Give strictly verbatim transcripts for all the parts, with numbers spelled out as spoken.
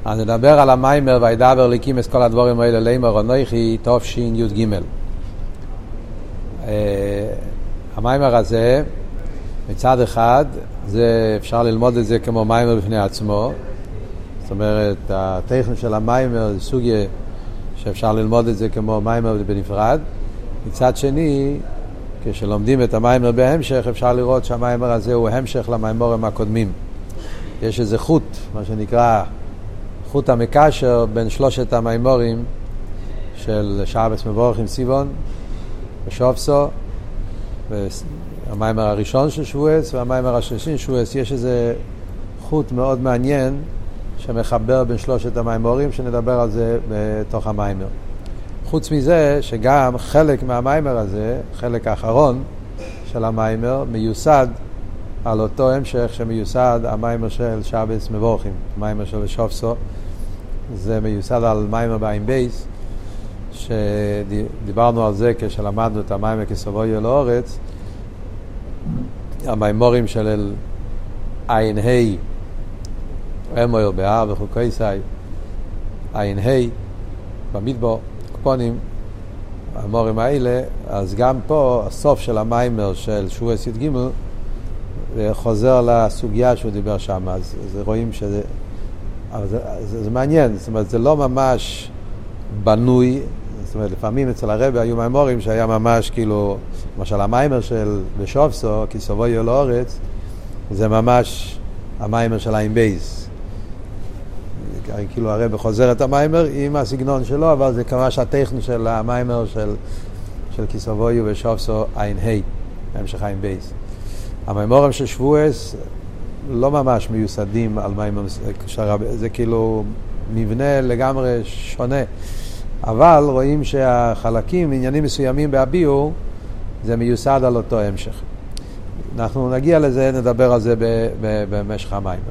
אז נדבר על המיימר וידבר אלוקים את כל הדברים האלה לאמור אנוכי תשי"ג. המיימר הזה מצד אחד זה אפשר ללמוד את זה כמו מיימר בפני עצמו, זאת אומרת הטכן של המיימר זה סוגיה שאפשר ללמוד את זה כמו מיימר בנפרד. מצד שני, כשלומדים את המיימר בהמשך אפשר לראות שהמיימר הזה הוא המשך למיימורים הקודמים. יש איזה חוט, מה שנקרא חוט המקשר בין שלושת המיימורים של שבס מבורכים סיבון ושופסו, המיימר הראשון של שבועס והמיימר השלישי של שבועס. יש איזה חוט מאוד מעניין שמחבר בין שלושת המיימורים, שנדבר על זה בתוך המיימר. חוץ מזה שגם חלק מהמיימר הזה, חלק האחרון של המיימר, מיוסד על אותו המשך שמיוסד המיימר של שבס מבורכים, המיימר של שופסו. זה מיוסד על מיימר בעין בייס, שדיברנו על זה כשלמדנו את המיימר כסבויו לאורץ, המיימורים של עין ה' אמויר בהר וחוקי סי, עין ה' במדבור קופונים, המורים האלה. אז גם פה הסוף של המיימר של שבועס י"ג חוזר לסוגיה שהוא דיבר שם. אז, אז רואים שזה אבל זה, זה, זה מעניין, זאת אומרת זה לא ממש בנוי. זאת אומרת לפעמים אצל הרבי היו מיימורים שהיה ממש כאילו, למשל המיימר של בשופסו כי סבויו לאורץ זה ממש המיימר של עין בייס, כאילו הרבי חוזר את המיימר עם הסגנון שלו, אבל זה כמובן הטכן של המיימר של של כיסבויו ושופסו עין ה' המשך עין בייס. המיימורים של שבועס לא ממש מיוסדים על מיימר, זה כאילו מבנה לגמרי שונה, אבל רואים שהחלקים, עניינים מסוימים בהביאו, זה מיוסד על אותו המשך. אנחנו נגיע לזה, נדבר על זה במשך המיימר.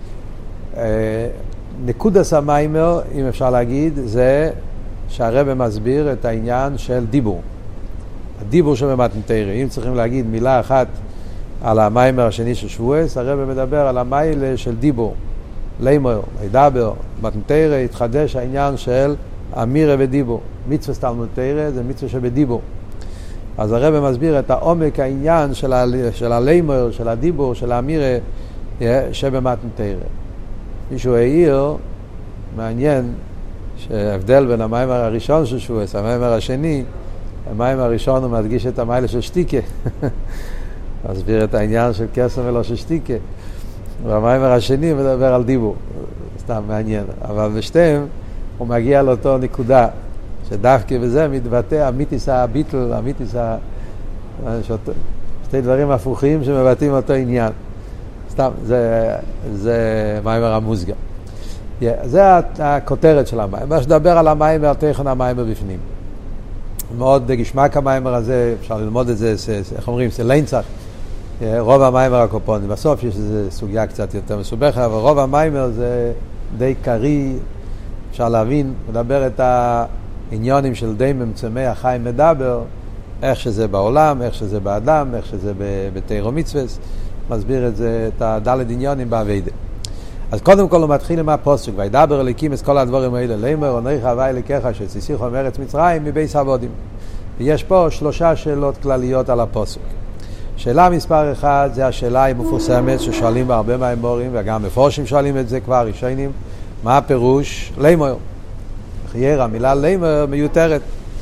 נקודס המיימר, אם אפשר להגיד, זה שהרבא מסביר את העניין של דיבור. הדיבור שבמתן תורה. אם צריכים להגיד מילה אחת על המיימר השני של שבועס, הרבא מדבר על המיילה של דיבור. לימור, ידבר, מתן תורה, התחדש העניין של אמירה ודיבור. מצווה תלמוד תורה זה מצווה שבדיבור. אז הרבא מסביר את העומק העניין של, ה, של הלימור, של הדיבור, של האמירה שבמתן תורה. מישהו העיר, מעניין, שההבדל בין המיימר הראשון של שבועס, המיימר השני, המיימר הראשון הוא מדגיש את המיילה של שתיקה. מסביר את העניין של קסם ולא של שתיקה. והמיימר השני מדבר על דיבור. סתם מעניין. אבל בשתיהם הוא מגיע לאותו נקודה, שדווקא בזה מתבטא אמיתיס הביטל, אמיתיס ה... שתי דברים הפוכים שמבטאים אותו עניין. סתם, זה, זה מיימר המוסגר. Yeah, זה הכותרת של המיימר. מה שדבר על המיימר, תכן המיימר בפנים. מאוד גשמק המיימר הזה, אפשר ללמוד את זה, איך אומרים, זה לינצח. רוב המיימר הקופונים. בסוף יש איזו סוגיה קצת יותר מסובכת, אבל רוב המיימר זה די קרי, אפשר להבין, מדבר את העניונים של די מצמח חיים מדבר, איך שזה בעולם, איך שזה באדם, איך שזה בתורה מצווה. מסביר את זה, את הדלת עניונים בעבודה. אז קודם כל הוא מתחיל עם הפסוק, וידבר אלוקים את כל הדברים האלה לאמור אנוכי הווי אלוקיך שהוציאך מארץ מצרים מבית עבדים. ויש פה שלושה שאלות כלליות על הפסוק. שאלה מספר אחד זה השאלה המפורסמת ששואלים בהרבה מהאמורים, וגם מפורשים שואלים את זה כבר ראשונים, מה הפירוש לאמור? חייר, המילה לאמור מיותרת.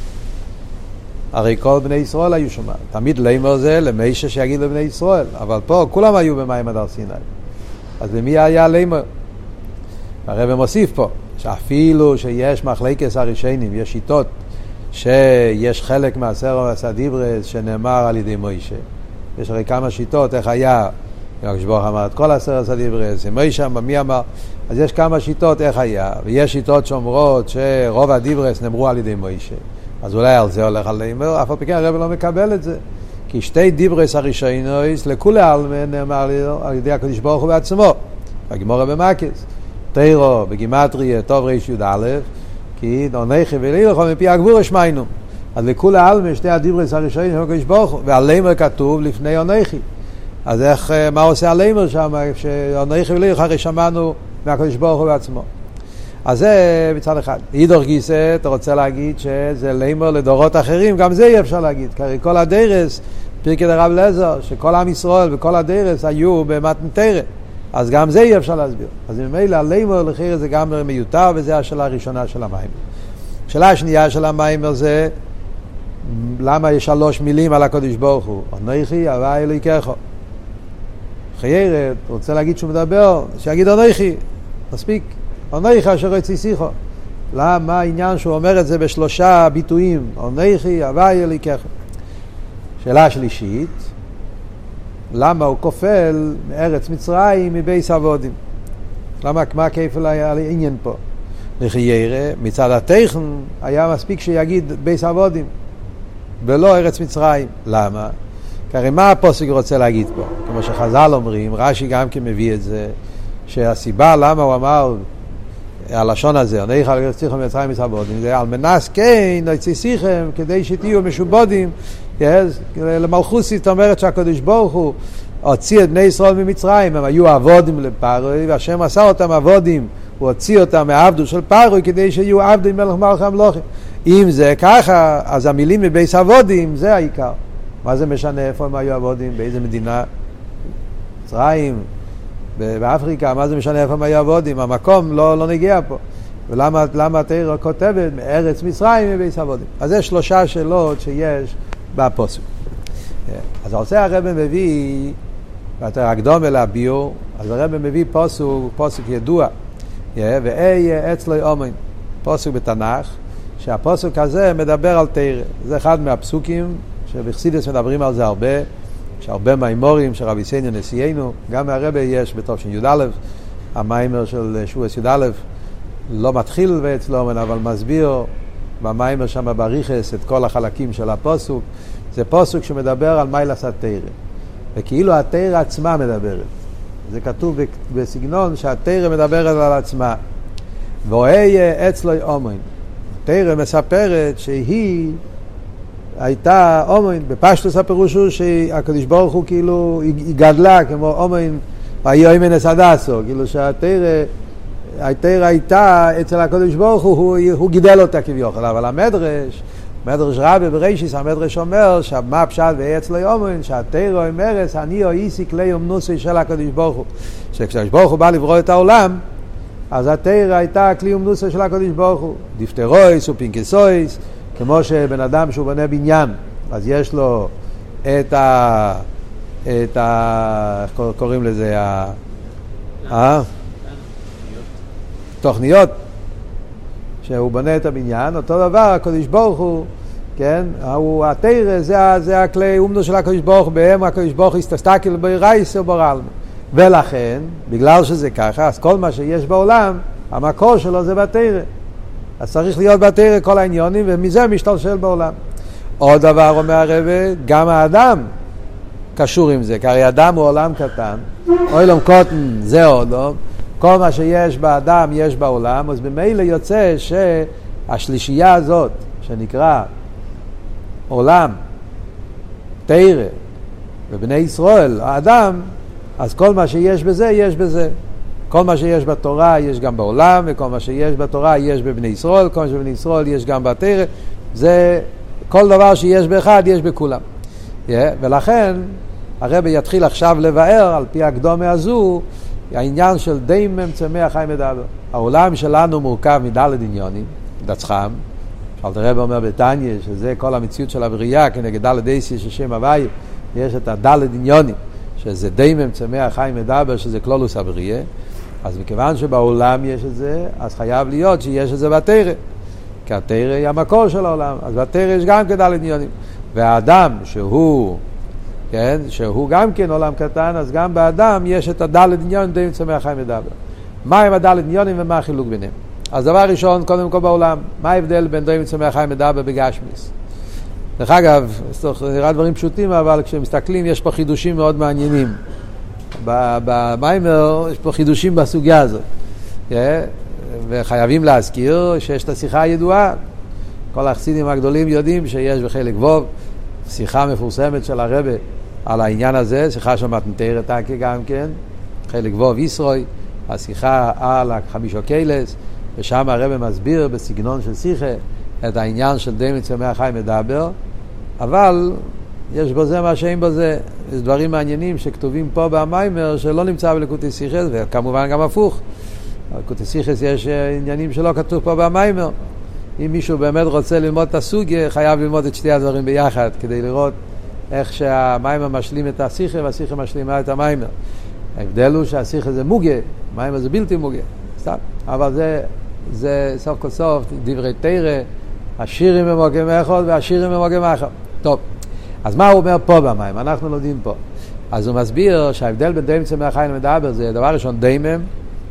הרי כל בני ישראל היו שומע. תמיד לאמור זה למשה שיגיד לבני ישראל, אבל פה כולם היו במים הדר סיני. אז למי היה לאמור? הרב מוסיף פה, שאפילו שיש מחלקת הראשונים, יש שיטות שיש חלק מהספר והסדיברס שנאמר על ידי מוישה. יש הרי כמה שיטות, איך היה, הקדוש ברוך הוא אמר את כל הספר והסדיברס, מוישה, מי אמר, אז יש כמה שיטות איך היה, ויש שיטות שאומרות שרוב הדיברס נאמרו על ידי מוישה. אז אולי על זה הולך על לאמור, אף על פי כן הרב לא מקבל את זה. כי שתי דיברס הראשונים, לכולי עלמא נאמר על ידי הקדוש ברוך הוא בעצמו. בגמרא במקס. תורה בגימטריה טוב ריש י"א, כי אנוכי ואלוהיכם מפי הגבורה שמענו. אז לכולי עלמא שתי הדיברס הראשונים של הקדוש ברוך הוא, ועל לאמור כתוב לפני אנוכי. אז איך, מה עושה על לאמור שם, שאנוכי ואלוהיכם הרי שמענו מהקדוש ברוך הוא בעצמו. אז זה מצד אחד. אידור גיסא, אתה רוצה להגיד שזה לימור לדורות אחרים, גם זה אי אפשר להגיד. כי כל הדרס, פרקי דרב לזר, שכל עם ישראל וכל הדרס היו במתן תורה. אז גם זה אי אפשר להסביר. אז ממילא הלימור לחיר זה גם מיותר, וזה השאלה הראשונה של המים. השאלה השנייה של המים זה, למה יש שלוש מילים על הקדוש ברוך הוא? אנוכי הווי אלוהיכך. חיירת, רוצה להגיד שהוא מדבר, שיגיד אנוכי, מספיק. אנוכי אשר הציסיך. למה העניין שהוא אומר את זה בשלושה ביטויים? אנוכי הווי אלוהיכך. שאלה שלישית, למה הוא כופל מארץ מצרים מבייס עבודים? למה, מה כפל העניין פה? לחיירה, מצד התכן היה מספיק שיגיד בייס עבודים ולא ארץ מצרים. למה? כי הרי מה הפוסק רוצה להגיד פה? כמו שחז"ל אומרים, רש"י גם כן מביא את זה, שהסיבה למה הוא אמר הלשון הזה, אני יכול להציחם מצרים מצעבודים, זה על מנס כן, נציסיכם, כדי שתהיו משובודים, למלכוסית, זאת אומרת שהקדוש ברוך הוא הוציא את בני ישראל ממצרים, הם היו עבודים לפרעה, והשם עשה אותם עבודים, הוא הוציא אותם מעבדו של פרעה, כדי שיהיו עבדים מלך מלך המלוכים. אם זה ככה, אז המילים מבייס עבודים, זה העיקר. מה זה משנה איפה הם היו עבודים, באיזה מדינה? מצרים, באפריקה, מה זה משנה איפה הם היו עבודים? המקום לא, לא נגיע פה. ולמה למה התורה כותבת מארץ מצרים מבייס עבודים? אז יש שלושה שאלות שיש בפסוק. אז עושה הרב מביא, ואתה הקדום אל הביור, אז הרב מביא פסוק, פסוק ידוע, ואיה אצלוי אומן, פסוק בתנ"ך, שהפסוק הזה מדבר על תורה. זה אחד מהפסוקים שבחסידות מדברים על זה הרבה, שהרבה מהאמורים של רבי סניון נשיאנו, גם מהרבי יש בתושן י"א, המיימר של שבועס י"א לא מתחיל ואצלו, אבל מסביר במיימר שם בריחס את כל החלקים של הפסוק. זה פסוק שמדבר על מיילס התורה, וכאילו התורה עצמה מדברת. זה כתוב בסגנון שהתורה מדברת על עצמה. ואהיה אצלוי אומן, התורה מספרת שהיא הייתה אומן, בפשטוס הפירוש הוא שהקדוש ברוך הוא כאילו היא גדלה כמו אומן ויאמן אסדסו, כאילו שהתורה התורה הייתה אצל הקדוש ברוך הוא, הוא, הוא גידל אותה כביכול. אבל המדרש, מדרש רבי בראשיס, המדרש אומר שמה פשט ואצלו יאמן, שהתורה אומרת אני או איסי כלי אומנוסי של הקדוש ברוך הוא, שכשהקדוש ברוך הוא בא לברוא את העולם, אז התורה הייתה כלי אומנוסי של הקדוש ברוך הוא, דפטרויס ופינקסויס, כמו שבן אדם שהוא בונה בניין, אז יש לו את ה... את ה... איך קוראים לזה? ה... אה? תוכניות. שהוא בונה את הבניין, אותו דבר, הקדוש ברוך הוא, כן? הוא, התורה, זה, זה הכלי אומנו של הקדוש ברוך הוא, בהם הקדוש ברוך הוא הסתסתכל ברייס או ברלמה. ולכן, בגלל שזה ככה, אז כל מה שיש בעולם, המקור שלו זה בתורה. אז צריך להיות בתורה כל העניונים, ומזה משתלשל בעולם. עוד דבר אומר הרב, גם האדם קשור עם זה, כי הרי אדם הוא עולם קטן, אוילום קוטן זה עולם, כל מה שיש באדם יש בעולם, אז במילא יוצא שהשלישייה הזאת, שנקרא עולם, תורה ובני ישראל, האדם, אז כל מה שיש בזה יש בזה. כל מה שיש בתורה יש גם בעולם, וכל מה שיש בתורה יש בבני ישראל, כל מה שבבני ישראל יש גם בתורה, זה כל דבר שיש באחד יש בכולם. Yeah, ולכן הרבי יתחיל עכשיו לבאר על פי הקדומה הזו, העניין של דיימם צמח חי מדבר. העולם שלנו מורכב מדלת עניונים, דצחם, שאלת הרבי אומר בתניא, שזה כל המציאות של הבריאה, כנגד דלת דייסי ששם הווי, יש את הדלת עניונים, שזה דיימם צמח חי מדבר, שזה כלולוס הבריאה. אז מכיוון שבעולם יש את זה, אז חייב להיות שיש את זה בתורה. כי התורה היא המקור של העולם, אז בתורה יש גם כדלת עניונים. והאדם שהוא, כן, שהוא גם כן עולם קטן, אז גם באדם יש את הדלת עניונים דיימם צמח חי מדבר. מה הם הדלת עניונים ומה החילוק ביניהם? אז דבר ראשון, קודם כל בעולם, מה ההבדל בין דיימם צמח חי מדבר בגשמיס? דרך אגב, נראה דברים פשוטים, אבל כשמסתכלים יש פה חידושים מאוד מעניינים. במיימר יש פה חידושים בסוגיה הזאת, וחייבים להזכיר שיש את השיחה הידועה. כל החסידים הגדולים יודעים שיש בחלק ווב שיחה מפורסמת של הרבי על העניין הזה, שיחה שמתן תורה תקה גם כן, חלק ווב ישרוי, השיחה על החמישו קהילס, ושם הרב מסביר בסגנון של שיחה את העניין של דיימן צמח חי מדבר, אבל יש בזה מה שאין בזה. יש דברים מעניינים שכתובים פה במיימר שלא נמצא בליקוטי שיחס, וכמובן גם הפוך. בליקוטי שיחס יש עניינים שלא כתוב פה במיימר. אם מישהו באמת רוצה ללמוד את הסוגיה, חייב ללמוד את שתי הדברים ביחד, כדי לראות איך שהמיימר משלים את השיחה והשיחה משלימה את המיימר. ההבדל הוא שהשיחה זה מוגה, המיימר זה בלתי מוגה. סתם. אבל זה, זה סוף כל סוף דברי תורה, השירים במוגם אחד והשירים במוגם אחד. טוב. אז מה הוא אומר פה במים? אנחנו לומדים פה. אז הוא מסביר שההבדל בין דיימן צמח חי למדבר זה דבר ראשון, דיימן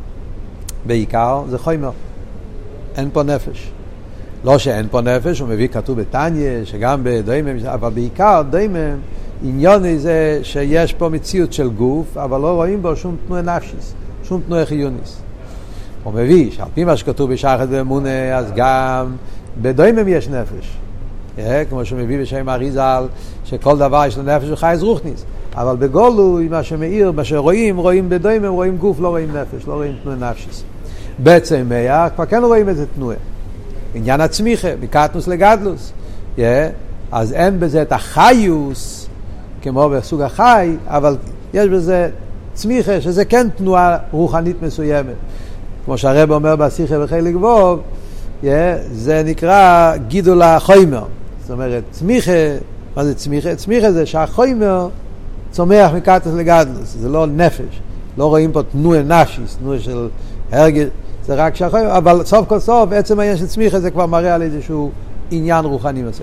בעיקר זה חומר. אין פה נפש. לא שאין פה נפש, הוא מביא כתוב בתניא שגם בדיימן, אבל בעיקר דיימן עניוני זה שיש פה מציאות של גוף, אבל לא רואים בו שום תנועה נפשיס, שום תנועה חיוניס. הוא מביא שעל פי מה שכתוב בשחת ואמונה, אז גם בדיימן יש נפש. כמו שמביא בשם אריזל, שכל דבר יש לו נפש וחייס רוחניס. אבל בגולוי, מה שמאיר, מה שרואים, רואים בדיימן, רואים גוף, לא רואים נפש, לא רואים תנועה נפשיס. בעצם מאה, כבר כן רואים איזה תנועה. עניין הצמיחה, מקטנוס לגדלוס. Yeah. אז אין בזה את החיוס, כמו בסוג החי, אבל יש בזה צמיחה, שזה כן תנועה רוחנית מסוימת. כמו שהרב אומר בשיחה בחלק ווב, yeah, זה נקרא גידול החומר. זאת אומרת, צמיחה, מה זה צמיחה? צמיחה זה שהחומר צומח מקטנוס לגדלוס. זה לא נפש. לא רואים פה תנועה נפשיס, תנועה של הרגש. זה רק שהחומר, אבל סוף כל סוף, עצם העניין של צמיחה זה כבר מראה על איזשהו עניין רוחני מסוים.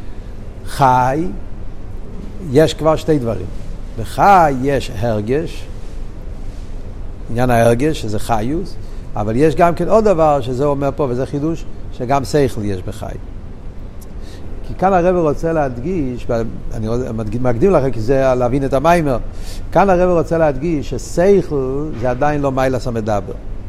חי, יש כבר שתי דברים. בחי יש הרגש, עניין ההרגש, שזה חיוס, אבל יש גם כן עוד דבר שזה אומר פה, וזה חידוש, שגם שכל יש בחי. כי כאן הרב רוצה להדגיש, אני מקדים לכם כי זה להבין את המיימר, כאן הרב רוצה להדגיש ששכל זה עדיין לא מיילס המדבר.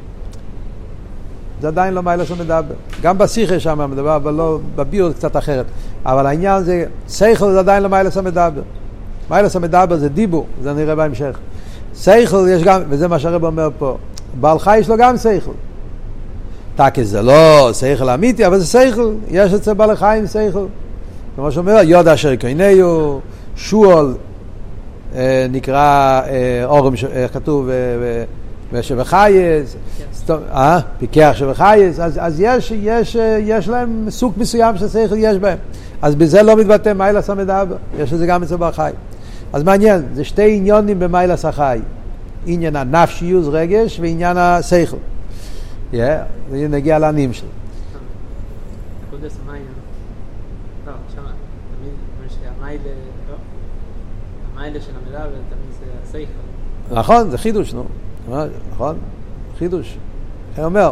זה עדיין לא מיילס המדבר. גם בשיחה שם מדבר, אבל לא, בביור זה קצת אחרת. אבל העניין זה, שכל זה עדיין לא מיילס המדבר. מיילס המדבר זה דיבור, זה נראה בהמשך. שכל יש גם, וזה מה שהרב אומר פה, בעל חי יש לו גם שכל. תקס זה לא שכל אמיתי, אבל זה שכל. יש אצל בעל חיים שכל. כמו שאומר, יוד אשר קינאו, שואל, אה, נקרא, אה, אורם, אה, כתוב, אה, ושבחייס, אה, פיקח שבחייס, אז, אז יש, יש, יש להם סוג מסוים של שכל יש בהם. אז בזה לא מתבטא מיילס המדבר, יש לזה גם אצל בעל חי. אז מעניין, זה שתי עניונים במיילס החי. עניין הנפשיוס, רגש, ועניין השכל. Yeah, נגיע לענים שלו. הקודש המים, לא, שמה, תמיד אומר שהמיילה, לא, המיילה של המדבר תמיד זה השכל. נכון, זה חידוש, נו. נכון? חידוש. אני אומר,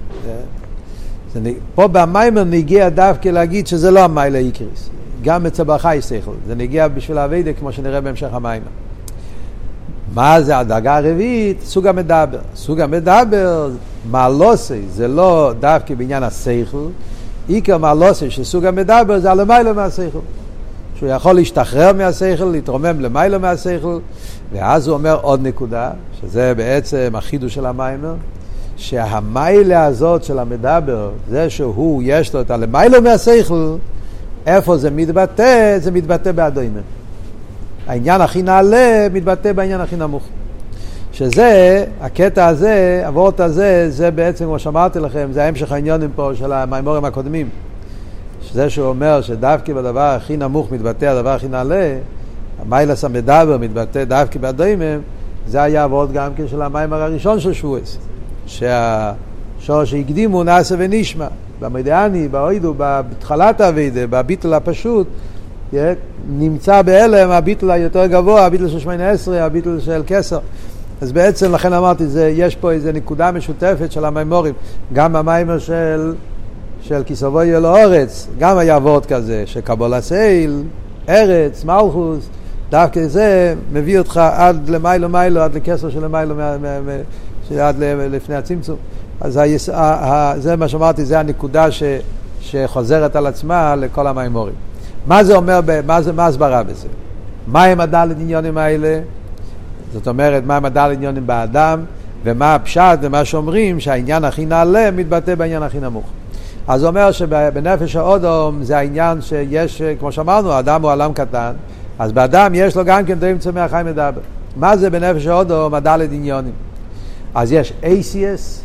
פה במיימר נגיע דווקא להגיד שזה לא המיילה העיקריס. גם אצל בעל חי שכל. זה נגיע בשביל העבודה כמו שנראה בהמשך המיימר. מה זה הדרגה הרביעית? סוג המדבר. סוג המדבר, מעלוסי, זה לא דווקא בעניין השכל. עיקר מעלוסי שסוג המדבר זה על המיילה מהשכל. שהוא יכול להשתחרר מהשכל, להתרומם למיילה מהשכל, ואז הוא אומר עוד נקודה, שזה בעצם החידוש של המיימר, שהמיילה הזאת של המדבר, זה שהוא יש לו את הלמיילה מהשכל, איפה זה מתבטא? זה מתבטא באדוימן. העניין הכי נעלה מתבטא בעניין הכי נמוך. שזה, הקטע הזה, הוורט הזה, זה בעצם, כמו שאמרתי לכם, זה ההמשך העניונים פה של המיימורים הקודמים. שזה שהוא אומר שדווקא בדבר הכי נמוך מתבטא הדבר הכי נעלה, המיילס המדבר מתבטא דווקא באדוימן, זה היה הוורט גם כן של המיימר הראשון של שבועס. שהשור שהקדימו נעשה ונשמע. במדיאני, באוידו, בתחלת הווידה, בביטל הפשוט, נמצא באלם הביטל היותר גבוה, הביטל של שמונה עשרה, הביטל של כסר. אז בעצם לכן אמרתי, זה, יש פה איזו נקודה משותפת של המיימורים. גם המיימר של, של כיסובוי אלו אורץ, גם היה וורט כזה, שקבול הסייל, ארץ, מלכוס, דווקא זה מביא אותך עד למיילו מיילו, עד לכסר של מיילו, עד לפני הצמצום. אז היס, ה, ה, זה מה שאמרתי, זה הנקודה ש, שחוזרת על עצמה לכל המיימורים. מה זה אומר, מה זה, מה הסברה בזה? מה הם הדלת עניונים האלה? זאת אומרת, מה הם הדלת עניונים באדם, ומה הפשט ומה שאומרים שהעניין הכי נעלה מתבטא בעניין הכי נמוך. אז הוא אומר שבנפש האודום זה העניין שיש, כמו שאמרנו, האדם הוא עולם קטן, אז באדם יש לו גם כן דברים צומח חי מדבר. מה זה בנפש האודום? הדלת עניונים. אז יש אייסיאס,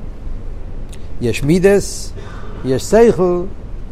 יש מידס, יש שכל,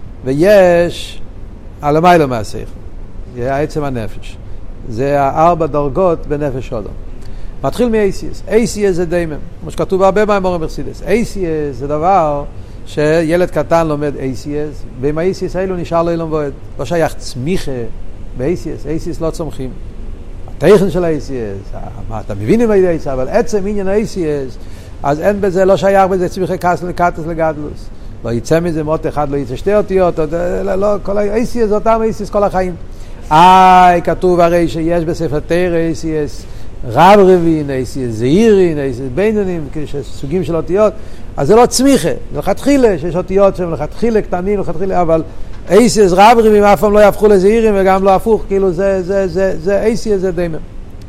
ויש הלמיילו מהשכל. זה עצם הנפש. זה הארבע דרגות בנפש האודום. מתחיל מ-אייסיאס. אייסיאס זה דיימם, כמו שכתוב הרבה מהאמורים בחסידות. אייסיאס זה דבר שילד קטן לומד אייסיאס, ועם האייסיאס האלו נשאר לו אילום ועד. לא שייך צמיחה באייסיאס, אייסיאס לא צומחים. התכן של האייסיאס, מה אתה מבין עם האייסיאס, אבל עצם עניין האייסיאס, אז אין בזה, לא שייך בזה צמיחה קטס לקטס לגדלוס. לא יצא מזה מות אחד, לא יצא שתי אותיות, לא, כל האייסיאס, אותם אייסיאס כל החיים. איי, כתוב הרי שיש בספר תורה אייסיאס, רב רבין, אייסיאס זעירין, אייסיאס בינונים, סוגים של אותיות, אז זה לא צמיחה, זה לכתחילה, שיש אותיות שהם לכתחילה קטנים, לכתחילה, אבל אייסיאס רב רבים אף פעם לא יהפכו לזעירים וגם לא הפוך, כאילו זה, זה, זה, זה אייסיאס זה דיימם.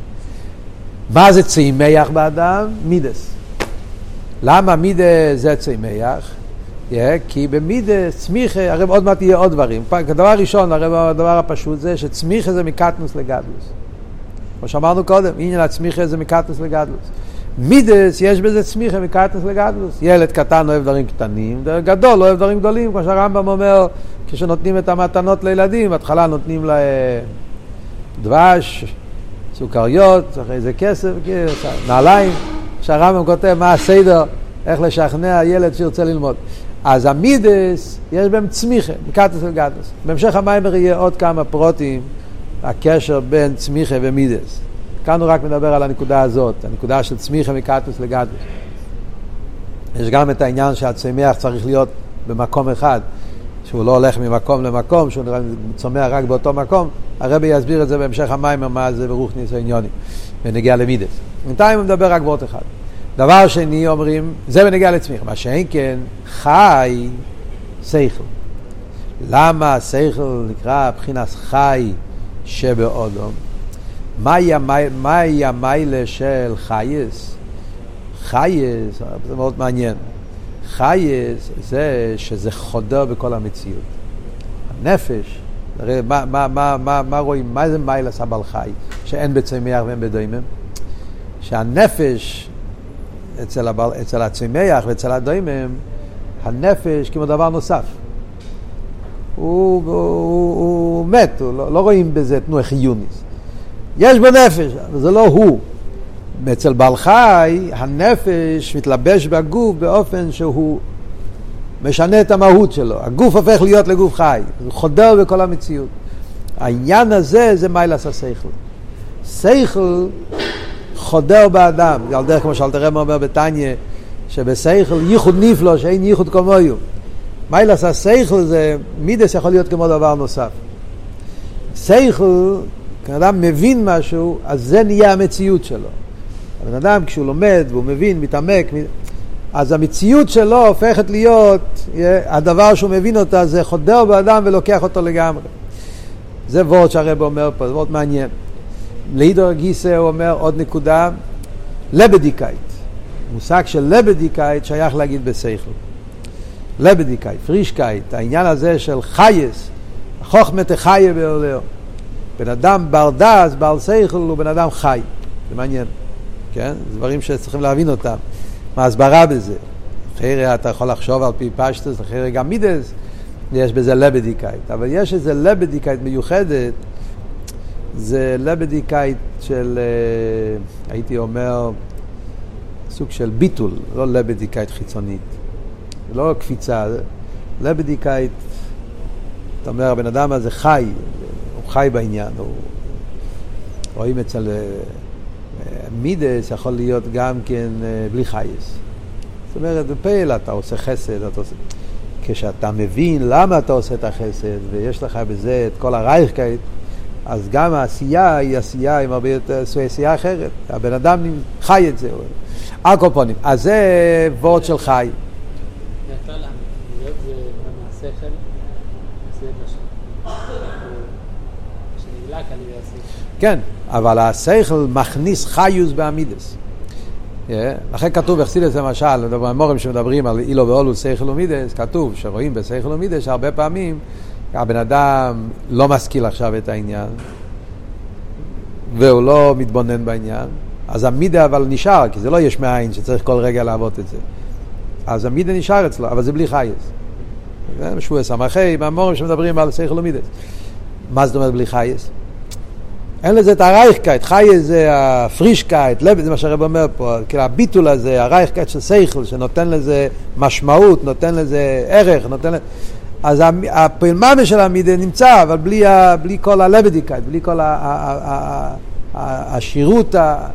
מה זה צמח באדם? מידס. למה מידס זה צמח? Yeah, כי במידס צמיחה, הרי עוד מעט יהיה עוד דברים. הדבר הראשון, הרי הדבר הפשוט זה שצמיחה זה מקטנוס לגדלוס. כמו שאמרנו קודם, עניין הצמיחה זה מקטנוס לגדלוס. מידס יש בזה צמיחה מקטנוס לגדלוס. ילד קטן אוהב דברים קטנים, גדול אוהב דברים גדולים, כמו שהרמב"ם אומר, כשנותנים את המתנות לילדים, בהתחלה נותנים לה דבש, סוכריות, אחרי זה כסף, נעליים. שהרמב"ם כותב מה הסדר, איך לשכנע ילד שירצה ללמוד. אז המידס יש בהם צמיחה, מקטנוס לגדלוס. בהמשך המיימר יהיה עוד כמה פרוטים, הקשר בין צמיחה ומידס. כאן הוא רק מדבר על הנקודה הזאת, הנקודה של צמיחה מקטנוס לגדלוס. יש גם את העניין שהצמח צריך להיות במקום אחד, שהוא לא הולך ממקום למקום, שהוא צומח רק באותו מקום. הרבי יסביר את זה בהמשך המיימר, מה זה ברוחניס העניונים, ונגיע למידס. בינתיים הוא מדבר רק באות אחד. דבר שני אומרים, זה בנגיע לצמיחה. מה שאין כן, חי שכל. למה שכל נקרא בחינת חי שבאודום? מהי המיילה של חייס? חייס, זה מאוד מעניין. חייס זה שזה חודר בכל המציאות. הנפש, הרי מה, מה, מה, מה, מה רואים? מה זה מיילה סבל חי? שאין בצמח ואין בדיימם? שהנפש אצל, הבל, אצל הצמח ואצל הדיימם, הנפש כמו דבר נוסף. הוא, הוא, הוא, הוא מת, הוא לא, לא רואים בזה תנועה חיוניס. יש בנפש, אבל זה לא הוא. אצל בעל חי, הנפש מתלבש בגוף באופן שהוא משנה את המהות שלו. הגוף הופך להיות לגוף חי. הוא חודר בכל המציאות. העניין הזה זה מיילס השכל. שכל חודר באדם. על דרך כמו שאלתר רבי אומר בתניא, שבשכל ייחוד נפלא, שאין ייחוד כמוהו. מיילס השכל זה מידס יכול להיות כמו דבר נוסף. שכל, כשאדם מבין משהו, אז זה נהיה המציאות שלו. הבן אדם כשהוא לומד והוא מבין, מתעמק, אז המציאות שלו הופכת להיות, הדבר שהוא מבין אותה זה חודר באדם ולוקח אותו לגמרי. זה וורט שהרב אומר פה, זה וורט מעניין. להידור גיסא הוא אומר עוד נקודה, לבדיקאית. מושג של לבדיקאית שייך להגיד בשכל. לבדיקאית, פרישקאית, העניין הזה של חייס, חוכמת חיה בעולר. בן אדם בר דעת, בר שכל הוא בן אדם חי. זה מעניין. כן? זה דברים שצריכים להבין אותם. מה הסברה בזה? אחרי אתה יכול לחשוב על פי פשטוס, אחרי גם מידס, יש בזה לבדיקאית. אבל יש איזה לבדיקאית מיוחדת, זה לבדיקאית של, הייתי אומר, סוג של ביטול, לא לבדיקאית חיצונית. לא קפיצה, לבדיקאית, אתה אומר, הבן אדם הזה חי, הוא חי בעניין, הוא, רואים אצל מידס יכול להיות גם כן בלי חייס. זאת אומרת, בפעיל אתה עושה חסד, אתה עושה... כשאתה מבין למה אתה עושה את החסד, ויש לך בזה את כל הרייכקייט, אז גם העשייה היא עשייה עם הרבה יותר עשייה אחרת. הבן אדם חי את זה. הקופונים. אז זה וורד של חי. כן, אבל השכל מכניס חיוס בעמידס. Yeah. לכן כתוב בחסידות למשל, במורים שמדברים על אילו ואולו שכל ומידס, כתוב שרואים בשכל ומידס שהרבה פעמים הבן אדם לא משכיל עכשיו את העניין והוא לא מתבונן בעניין, אז המידה אבל נשאר, כי זה לא יש מאין שצריך כל רגע לעבוד את זה, אז המידה נשאר אצלו, אבל זה בלי חייס. זה משהו סמכי, במורים שמדברים על שכל ומידס. מה זאת אומרת בלי חייס? אין לזה את הרייכקייט, חייס זה הפרישקייט, לב, זה מה שהרב אומר פה, כאילו הביטול הזה, הרייכקייט של שכל, שנותן לזה משמעות, נותן לזה ערך, נותן לזה... אז הפעלממה של המידה נמצא, אבל בלי, בלי כל הלבדיקייט, בלי כל השירות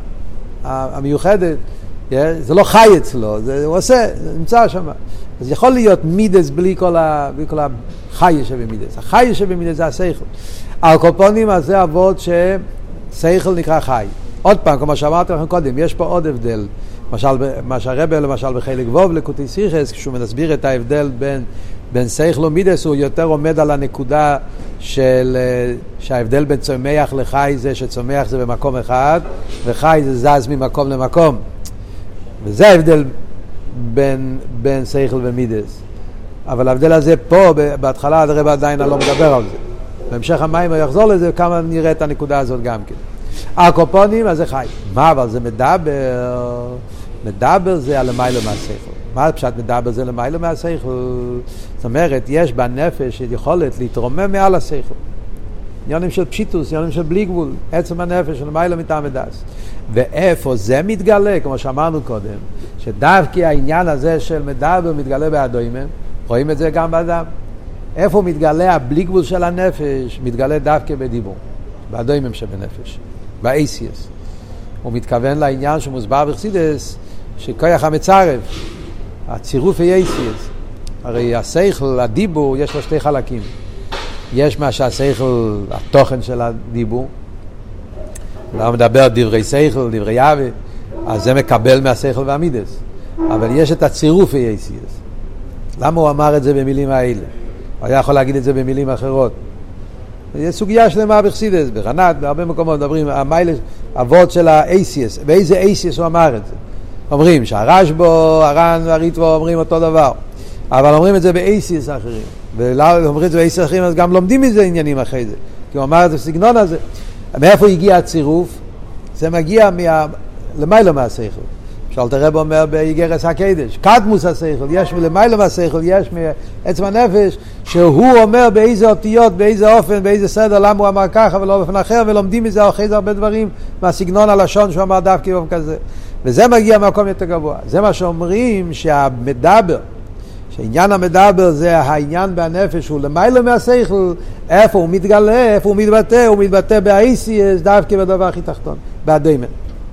המיוחדת, זה לא חי אצלו, זה הוא עושה, זה נמצא שם. אז יכול להיות מידס בלי כל, ה, בלי כל החי שבמידס. החי שבמידס זה השכל. הקופונים הזה עבוד ששכל נקרא חי. עוד פעם, כמו שאמרתי לכם קודם, יש פה עוד הבדל. למשל, מה שהרבא למשל בחלק ווב לקוטי סיכס, כשהוא מסביר את ההבדל בין, בין שכל ומידס, הוא יותר עומד על הנקודה של, שההבדל בין צומח לחי זה שצומח זה במקום אחד, וחי זה זז ממקום למקום. וזה ההבדל בין, בין שכל ומידס. אבל ההבדל הזה פה, בהתחלה הרב עדיין לא מדבר על זה. בהמשך המים הוא יחזור לזה, כמה נראה את הנקודה הזאת גם כן. הקופונים, אז זה חי. מה, אבל זה מדבר, מדבר זה על למעלה מהשכל. מה פשט מדבר זה למעלה מהשכל? זאת אומרת, יש בנפש יכולת להתרומם מעל השכל. עניינים של פשיטוס, עניינים של בלי גבול, עצם הנפש של למעלה מטעם ודס. ואיפה זה מתגלה, כמו שאמרנו קודם, שדווקא העניין הזה של מדבר מתגלה באדוימן, רואים את זה גם באדם. איפה מתגלה הבלי גבול של הנפש? מתגלה דווקא בדיבור, באדוימן שבנפש, באייסיאס. הוא מתכוון לעניין שמוסבר בחסידות, שכוח המצרף, הצירוף אייסיאס. הרי השכל, הדיבור, יש לו שתי חלקים. יש מה שהשכל, התוכן של הדיבור, הוא מדבר דברי שכל, דברי אהבה, אז זה מקבל מהשכל והמידס. אבל יש את הצירוף אייסיאס. למה הוא אמר את זה במילים האלה? הוא היה יכול להגיד את זה במילים אחרות. יש סוגיה שלמה בחסידות, ברנת, בהרבה מקומות מדברים, המיילה, אבות של האייסיאס, באיזה אייסיאס הוא אמר את זה? אומרים שהרשב"א, הר"ן והריטב"א אומרים אותו דבר, אבל אומרים את זה באייסיאס אחרים. ואומרים את זה באייסיאס אחרים, אז גם לומדים מזה עניינים אחרי זה. כי הוא אמר את הסגנון הזה. מאיפה הגיע הצירוף? זה מגיע מה... למעלה מהשכל. שאלת הרב אומר באיגרס הקדש, קדמוס השכל, יש מלמעלה מהשכל, יש מעצם הנפש, שהוא אומר באיזה אותיות, באיזה אופן, באיזה סדר, למה הוא אמר ככה ולא באופן אחר, ולומדים מזה אחרי זה הרבה דברים מהסגנון הלשון שהוא אמר דווקא באופן כזה. וזה מגיע מהמקום יותר גבוה. זה מה שאומרים שהמדבר, שעניין המדבר זה העניין בנפש, הוא למעלה מהשכל, איפה הוא מתגלה, איפה הוא מתבטא, הוא מתבטא באייסיאס, דווקא בדבר הכי תחתון, באדוימן.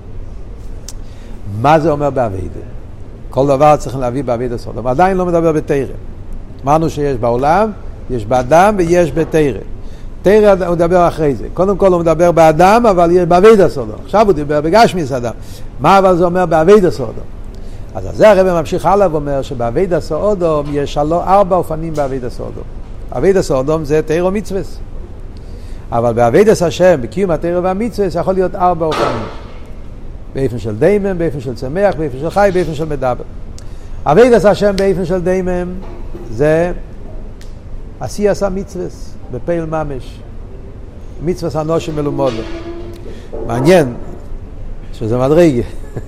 מה זה אומר בעבידה? כל דבר צריך להביא בעבידה סוד. אבל עדיין לא מדבר בתורה. אמרנו שיש בעולם, יש באדם ויש בתורה. תורה הוא מדבר אחרי זה. קודם כל הוא מדבר באדם, אבל יש בעבידה סוד. עכשיו הוא דיבר בגשמיס אדם. מה אבל זה אומר בעבידה סוד? אז זה הרב ממשיך הלאה ואומר שבעבידה סוד יש שלו ארבע אופנים בעבידה סוד. עבידה סוד זה תורה ומצווה. אבל בעבידה השם, בקיום התורה והמצווה, יכול להיות ארבע אופנים. באופן של דיימם, באופן של צמח, באופן של חי, באופן של מדבר. עבודת השם באופן של דיימם זה עשיית המצוות בפעיל ממש. מצוות אנושים מלומד. מעניין שזה מדרגה.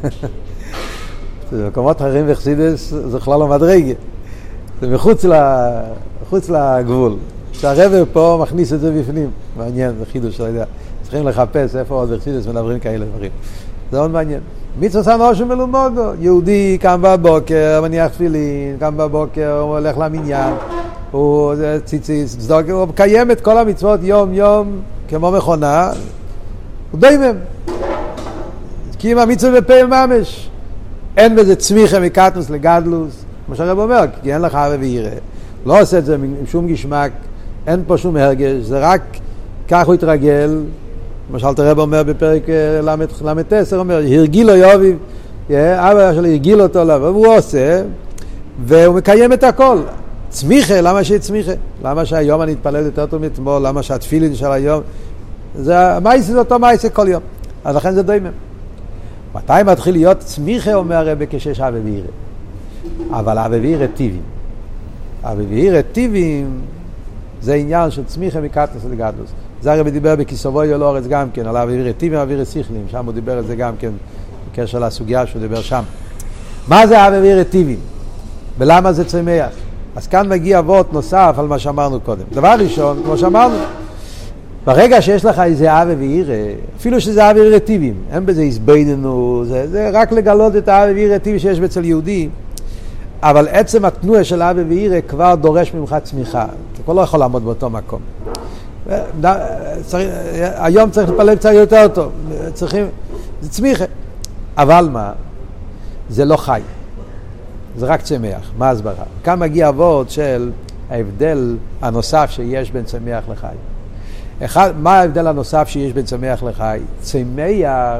במקומות אחרים בחסידות זה בכלל לא מדרגה. זה מחוץ ל... מחוץ לגבול. שהרב פה מכניס את זה בפנים. מעניין, זה חידוש, לא יודע. צריכים לחפש איפה עוד בחסידות מדברים כאלה דברים. זה מאוד מעניין. מצוות אנושים מלומדו. יהודי קם בבוקר, מניח תפילין, קם בבוקר, הוא הולך למניין, הוא ציציס, צדוק, הוא מקיים את כל המצוות יום יום כמו מכונה, הוא דיימם. כי אם המצוות בפעיל ממש, אין בזה צמיחה מקטנוס לגדלוס, כמו שהרב אומר, כי אין לך אהבה ויראה. לא עושה את זה עם שום גשמק, אין פה שום הרגש, זה רק כך הוא התרגל. למשל הרב אומר בפרק למד עשר, אומר, הרגיל לו יוביב, אבא שלו הרגיל אותו עליו, והוא עושה, והוא מקיים את הכל. צמיחה, למה שיהיה צמיחה? למה שהיום אני אתפלל יותר טוב מאתמול? למה שהתפילין של היום? זה המייס זה אותו מייס כל יום. אז לכן זה דיימם. מתי מתחיל להיות צמיחה, אומר הרב, כשיש אבי וירא. אבל אבי וירא טיבים. אבי וירא טיבים זה עניין של צמיחה מקטנוס לגדלוס. זה הרב דיבר בכיסובוי על אורץ גם כן, על אבי וירא טיבים ואבי וירא שכלים, שם הוא דיבר על זה גם כן, בקשר לסוגיה שהוא דיבר שם. מה זה אבי וירא טיבים? ולמה זה צמח? אז כאן מגיע וורט נוסף על מה שאמרנו קודם. דבר ראשון, כמו שאמרנו, ברגע שיש לך איזה אבי וירא, אפילו שזה אבי וירא טיבים, אין בזה הסבדנו, זה, זה רק לגלות את האבי וירא טיבי שיש בצל יהודי, אבל עצם התנועה של אבי וירא כבר דורש ממך צמיחה. אתה כבר לא יכול לעמוד באותו מקום. צריך, היום צריך לפעול קצת יותר טוב, צריכים, זה צמיחה. אבל מה? זה לא חי. זה רק צמח. מה הסברה? כאן מגיע הוורד של ההבדל הנוסף שיש בין צמח לחי. אחד, מה ההבדל הנוסף שיש בין צמח לחי? צמח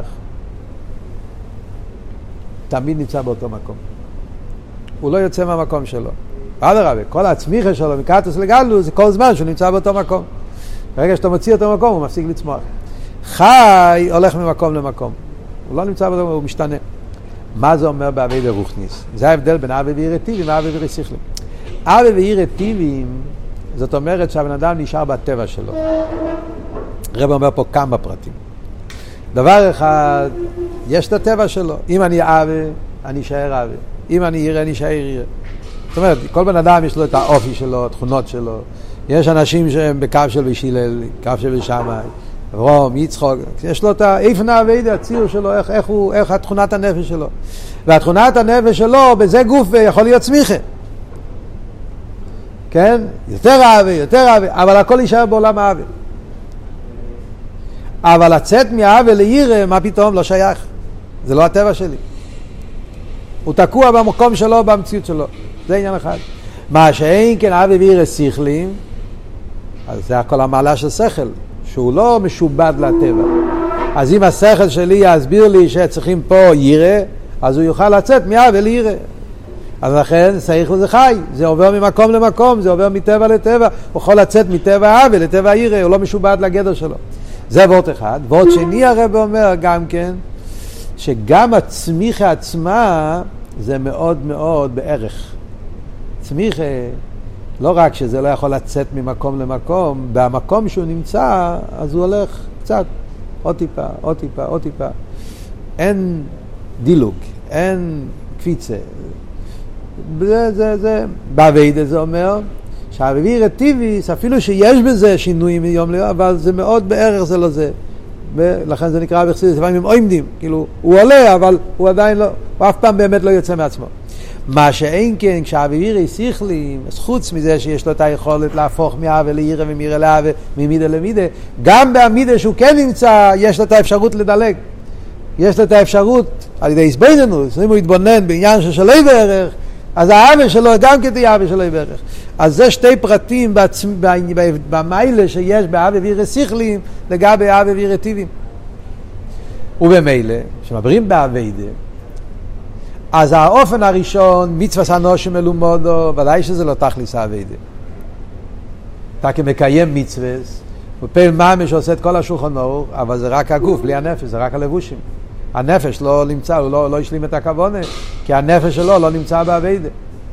תמיד נמצא באותו מקום. הוא לא יוצא מהמקום שלו. אדרבה, כל הצמיחה שלו מקטנוס לגדלוס זה כל זמן שהוא נמצא באותו מקום. ברגע שאתה מוציא אותו מקום הוא מפסיק לצמוח. חי הולך ממקום למקום. הוא לא נמצא באותו מקום, הוא משתנה. מה זה אומר באבי ורוחניס? זה ההבדל בין אבי וירא טיבים ואבי וירא שכלים. אבי וירא טיבים, זאת אומרת שהבן אדם נשאר בטבע שלו. הרב אומר פה כמה פרטים. דבר אחד, יש את הטבע שלו. אם אני אבי, אני אשאר אבי. אם אני ירא, אני אשאר ירא. זאת אומרת, כל בן אדם יש לו את האופי שלו, התכונות שלו. יש אנשים שהם בקו של וישילל, קו של ושמאי. רום, יצחוק, יש לו את איפן העבודה, הציר שלו, איך, איך, הוא, איך התכונת הנפש שלו. והתכונת הנפש שלו, בזה גוף יכול להיות צמיחה. כן? יותר אהבה, יותר אהבה, אבל הכל יישאר בעולם האהבה. אבל לצאת מהאהבה לירא, מה פתאום? לא שייך. זה לא הטבע שלי. הוא תקוע במקום שלו, במציאות שלו. זה עניין אחד. מה שאין כן אהבה וירא שכלים, אז זה הכל המעלה של שכל. שהוא לא משובד לטבע. אז אם השכל שלי יסביר לי שצריכים פה ירא, אז הוא יוכל לצאת מאהבה לירא. אז לכן שכל זה חי, זה עובר ממקום למקום, זה עובר מטבע לטבע, הוא יכול לצאת מטבע אהבה לטבע ירא, הוא לא משובד לגדר שלו. זה וורט אחד. וורט שני הרב אומר גם כן, שגם הצמיחה עצמה זה מאוד מאוד בערך. צמיחה, לא רק שזה לא יכול לצאת ממקום למקום, במקום שהוא נמצא, אז הוא הולך קצת, עוד טיפה, עוד טיפה, עוד טיפה. אין דילוג, אין קפיצה. זה, זה, זה. בעבודה זה אומר, שהאבי וירא טיביס, אפילו שיש בזה שינויים מיום ליום, אבל זה מאוד בערך זה לא זה. ולכן זה נקרא בחסידות, לפעמים הם עומדים, כאילו, הוא עולה, אבל הוא עדיין לא, הוא אף פעם באמת לא יוצא מעצמו. מה שאין כן, כשאבי וירא שכלים, אז חוץ מזה שיש לו את היכולת להפוך מאהבה לירא ומירא לאהבה, ממידה למידה, גם בעמידה שהוא כן נמצא, יש לו את האפשרות לדלג. יש לו את האפשרות, על ידי הסבדנות, אם הוא יתבונן בעניין של שלוי בערך, אז האהבה שלו גם כתהיה אהבה שלוי בערך. אז זה שתי פרטים בעצ... במיילה שיש באהבה וירא שכלים, לגבי אהבה וירא טיבים. ובמיילה, שמברים בעבודה, אז האופן הראשון, מצוות אנושים מלומדו, ודאי שזה לא תכליס העבודה. אתה כמקיים מצוות, ופעיל ממש שעושה את כל השולחן ארוך, אבל זה רק הגוף, בלי הנפש, זה רק הלבושים. הנפש לא נמצא, הוא לא, לא השלים את הכוונה, כי הנפש שלו לא נמצא בעבודה.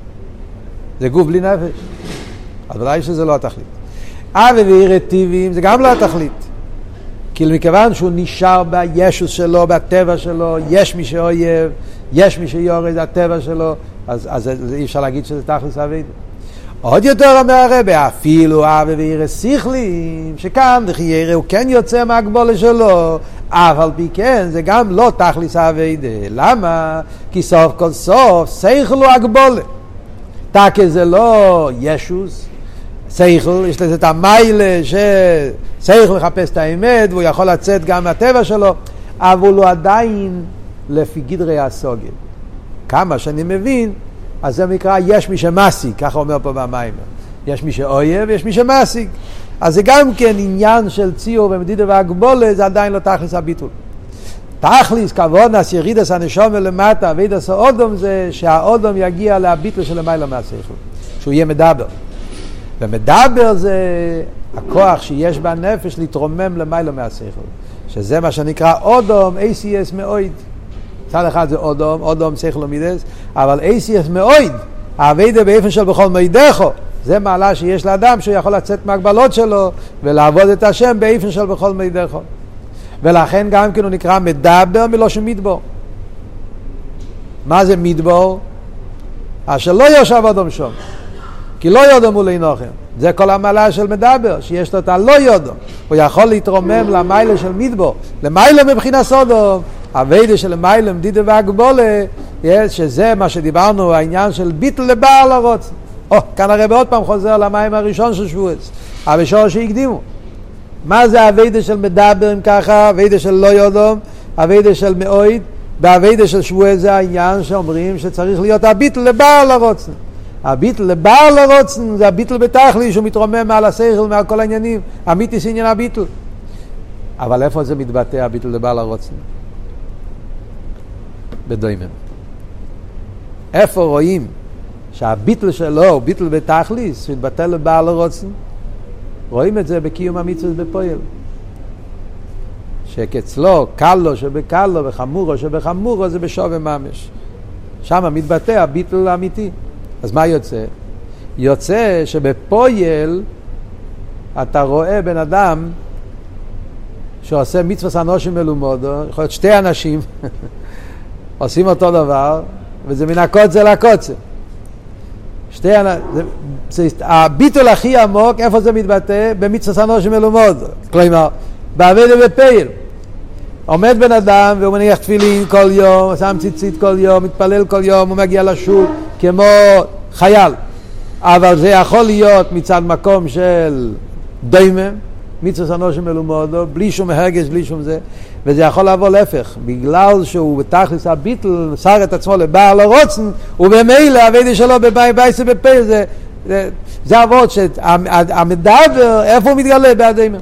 זה גוף בלי נפש. אז ודאי שזה לא התכלית. אהבה וירא טיבים זה גם לא התכלית. כי מכיוון שהוא נשאר בישוס שלו, בטבע שלו, יש מי שאויב, יש מי שיורד, זה הטבע שלו, אז, אז אי אפשר להגיד שזה תכלס עבודה. עוד יותר אומר הרב, אפילו אהבה וירא שכלים, שכאן דחיירא הוא כן יוצא מהגבולה שלו, אבל פי כן זה גם לא תכלס עבודה. למה? כי סוף כל סוף שכל הוא הגבולה. תקה זה לא ישוס, שכל, יש לזה את המיילה ששכל מחפש את האמת והוא יכול לצאת גם מהטבע שלו, אבל הוא עדיין לפי גדרי הסוגל. כמה שאני מבין, אז זה מקרא יש מי שמסיק, ככה אומר פה במיימר. יש מי שאויב ויש מי שמסיק. אז זה גם כן עניין של ציור ומדידה והגבולה, זה עדיין לא תכלס הביטול. תכלס, כוונס, ירידס הנשמה למטה, וידס האודום זה שהאודום יגיע להביטל של למעלה מהשכל, שהוא יהיה מדבר. ומדבר זה הכוח שיש בנפש להתרומם למעלה מהשכל, שזה מה שנקרא אודום, איי סי אס מאויד. צד אחד זה אודום, אודום שכל ומידס, אבל אייסיאס מאויד, העבודה באופן של בכל מידךו, זה מעלה שיש לאדם שהוא יכול לצאת מהגבלות שלו ולעבוד את השם באופן של בכל מידךו. ולכן גם כן הוא נקרא מדבר מלושן מדבור. מה זה מדבור? אשר לא יושב אדום שום, כי לא יודום הוא להינוכם. זה כל המעלה של מדבר, שיש לו את הלא יודום. הוא יכול להתרומם למיילה של מדבור, למיילה מבחינת סודום, הווידה של למיילה מדידה והגבולה, שזה מה שדיברנו, העניין של ביטל לבעל הרוץ. או, כאן הרב עוד פעם חוזר למים הראשון של שבועץ, אבל שור שהקדימו. מה זה הווידה של מדבר אם ככה? הווידה של לא יודום, הווידה של מאויד, והווידה של שבועץ זה העניין שאומרים שצריך להיות הביטל לבעל הרוצן. הביטל לבעל הרוצן זה הביטל בתכלי שהוא מתרומם מעל השכל, מעל כל העניינים. אמיתיס עניין הביטל. אבל איפה זה מתבטא הביטל לבעל הרוצן? בדוימם. איפה רואים שהביטל שלו הוא ביטל בתכליס, שהוא מתבטא לבעל הרוצן? רואים את זה בקיום המצוות בפועל. שכצלו, קלו שבקלו וחמורו שבחמורו זה בשווה ממש. שם מתבטא הביטל האמיתי. אז מה יוצא? יוצא שבפועל אתה רואה בן אדם שעושה מצוות אנושים מלומדו, יכול להיות שתי אנשים עושים אותו דבר, וזה מן הקוצה לקוצה. שתי אנשים, הביטול הכי עמוק, איפה זה מתבטא? במצוות אנושים מלומדו. כלומר, בעבודה בפועל. עומד בן אדם והוא מניח תפילין כל יום, שם ציצית כל יום, מתפלל כל יום, הוא מגיע לשוק כמו חייל. אבל זה יכול להיות מצד מקום של דוימם, מצוות אנושים מלומדו, בלי שום הרגש, בלי שום זה, וזה יכול לעבור להפך, בגלל שהוא בתכלס הביטל, שר את עצמו לבעל הרוצן, ובמילא העבודה שלו בבית בייס ובפעיל, זה, זה, זה עבוד שהמדבר, איפה הוא מתגלה? בהדוימם.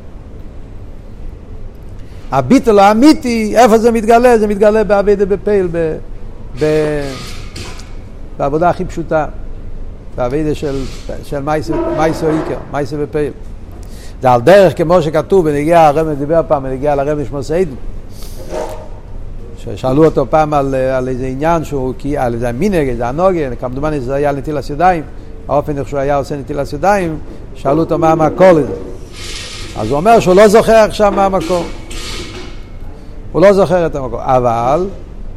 הביטל האמיתי, איפה זה מתגלה? זה מתגלה בעבודה בפעיל, ב, ב, בעבודה הכי פשוטה, בעבודה של, של מייסו איקר, מייסו בפעיל. זה על דרך כמו שכתוב, ונגיע הרב דיבר פעם, ונגיע לרב נשמע סעיד, ששאלו אותו פעם על, על איזה עניין, שהוא, על איזה מינג, איזה הנוגן, כמדומני זה היה נטילת ידיים, האופן איך שהוא היה עושה נטילת ידיים, שאלו אותו מה המקור לזה. אז הוא אומר שהוא לא זוכר עכשיו מה המקור. הוא לא זוכר את המקור, אבל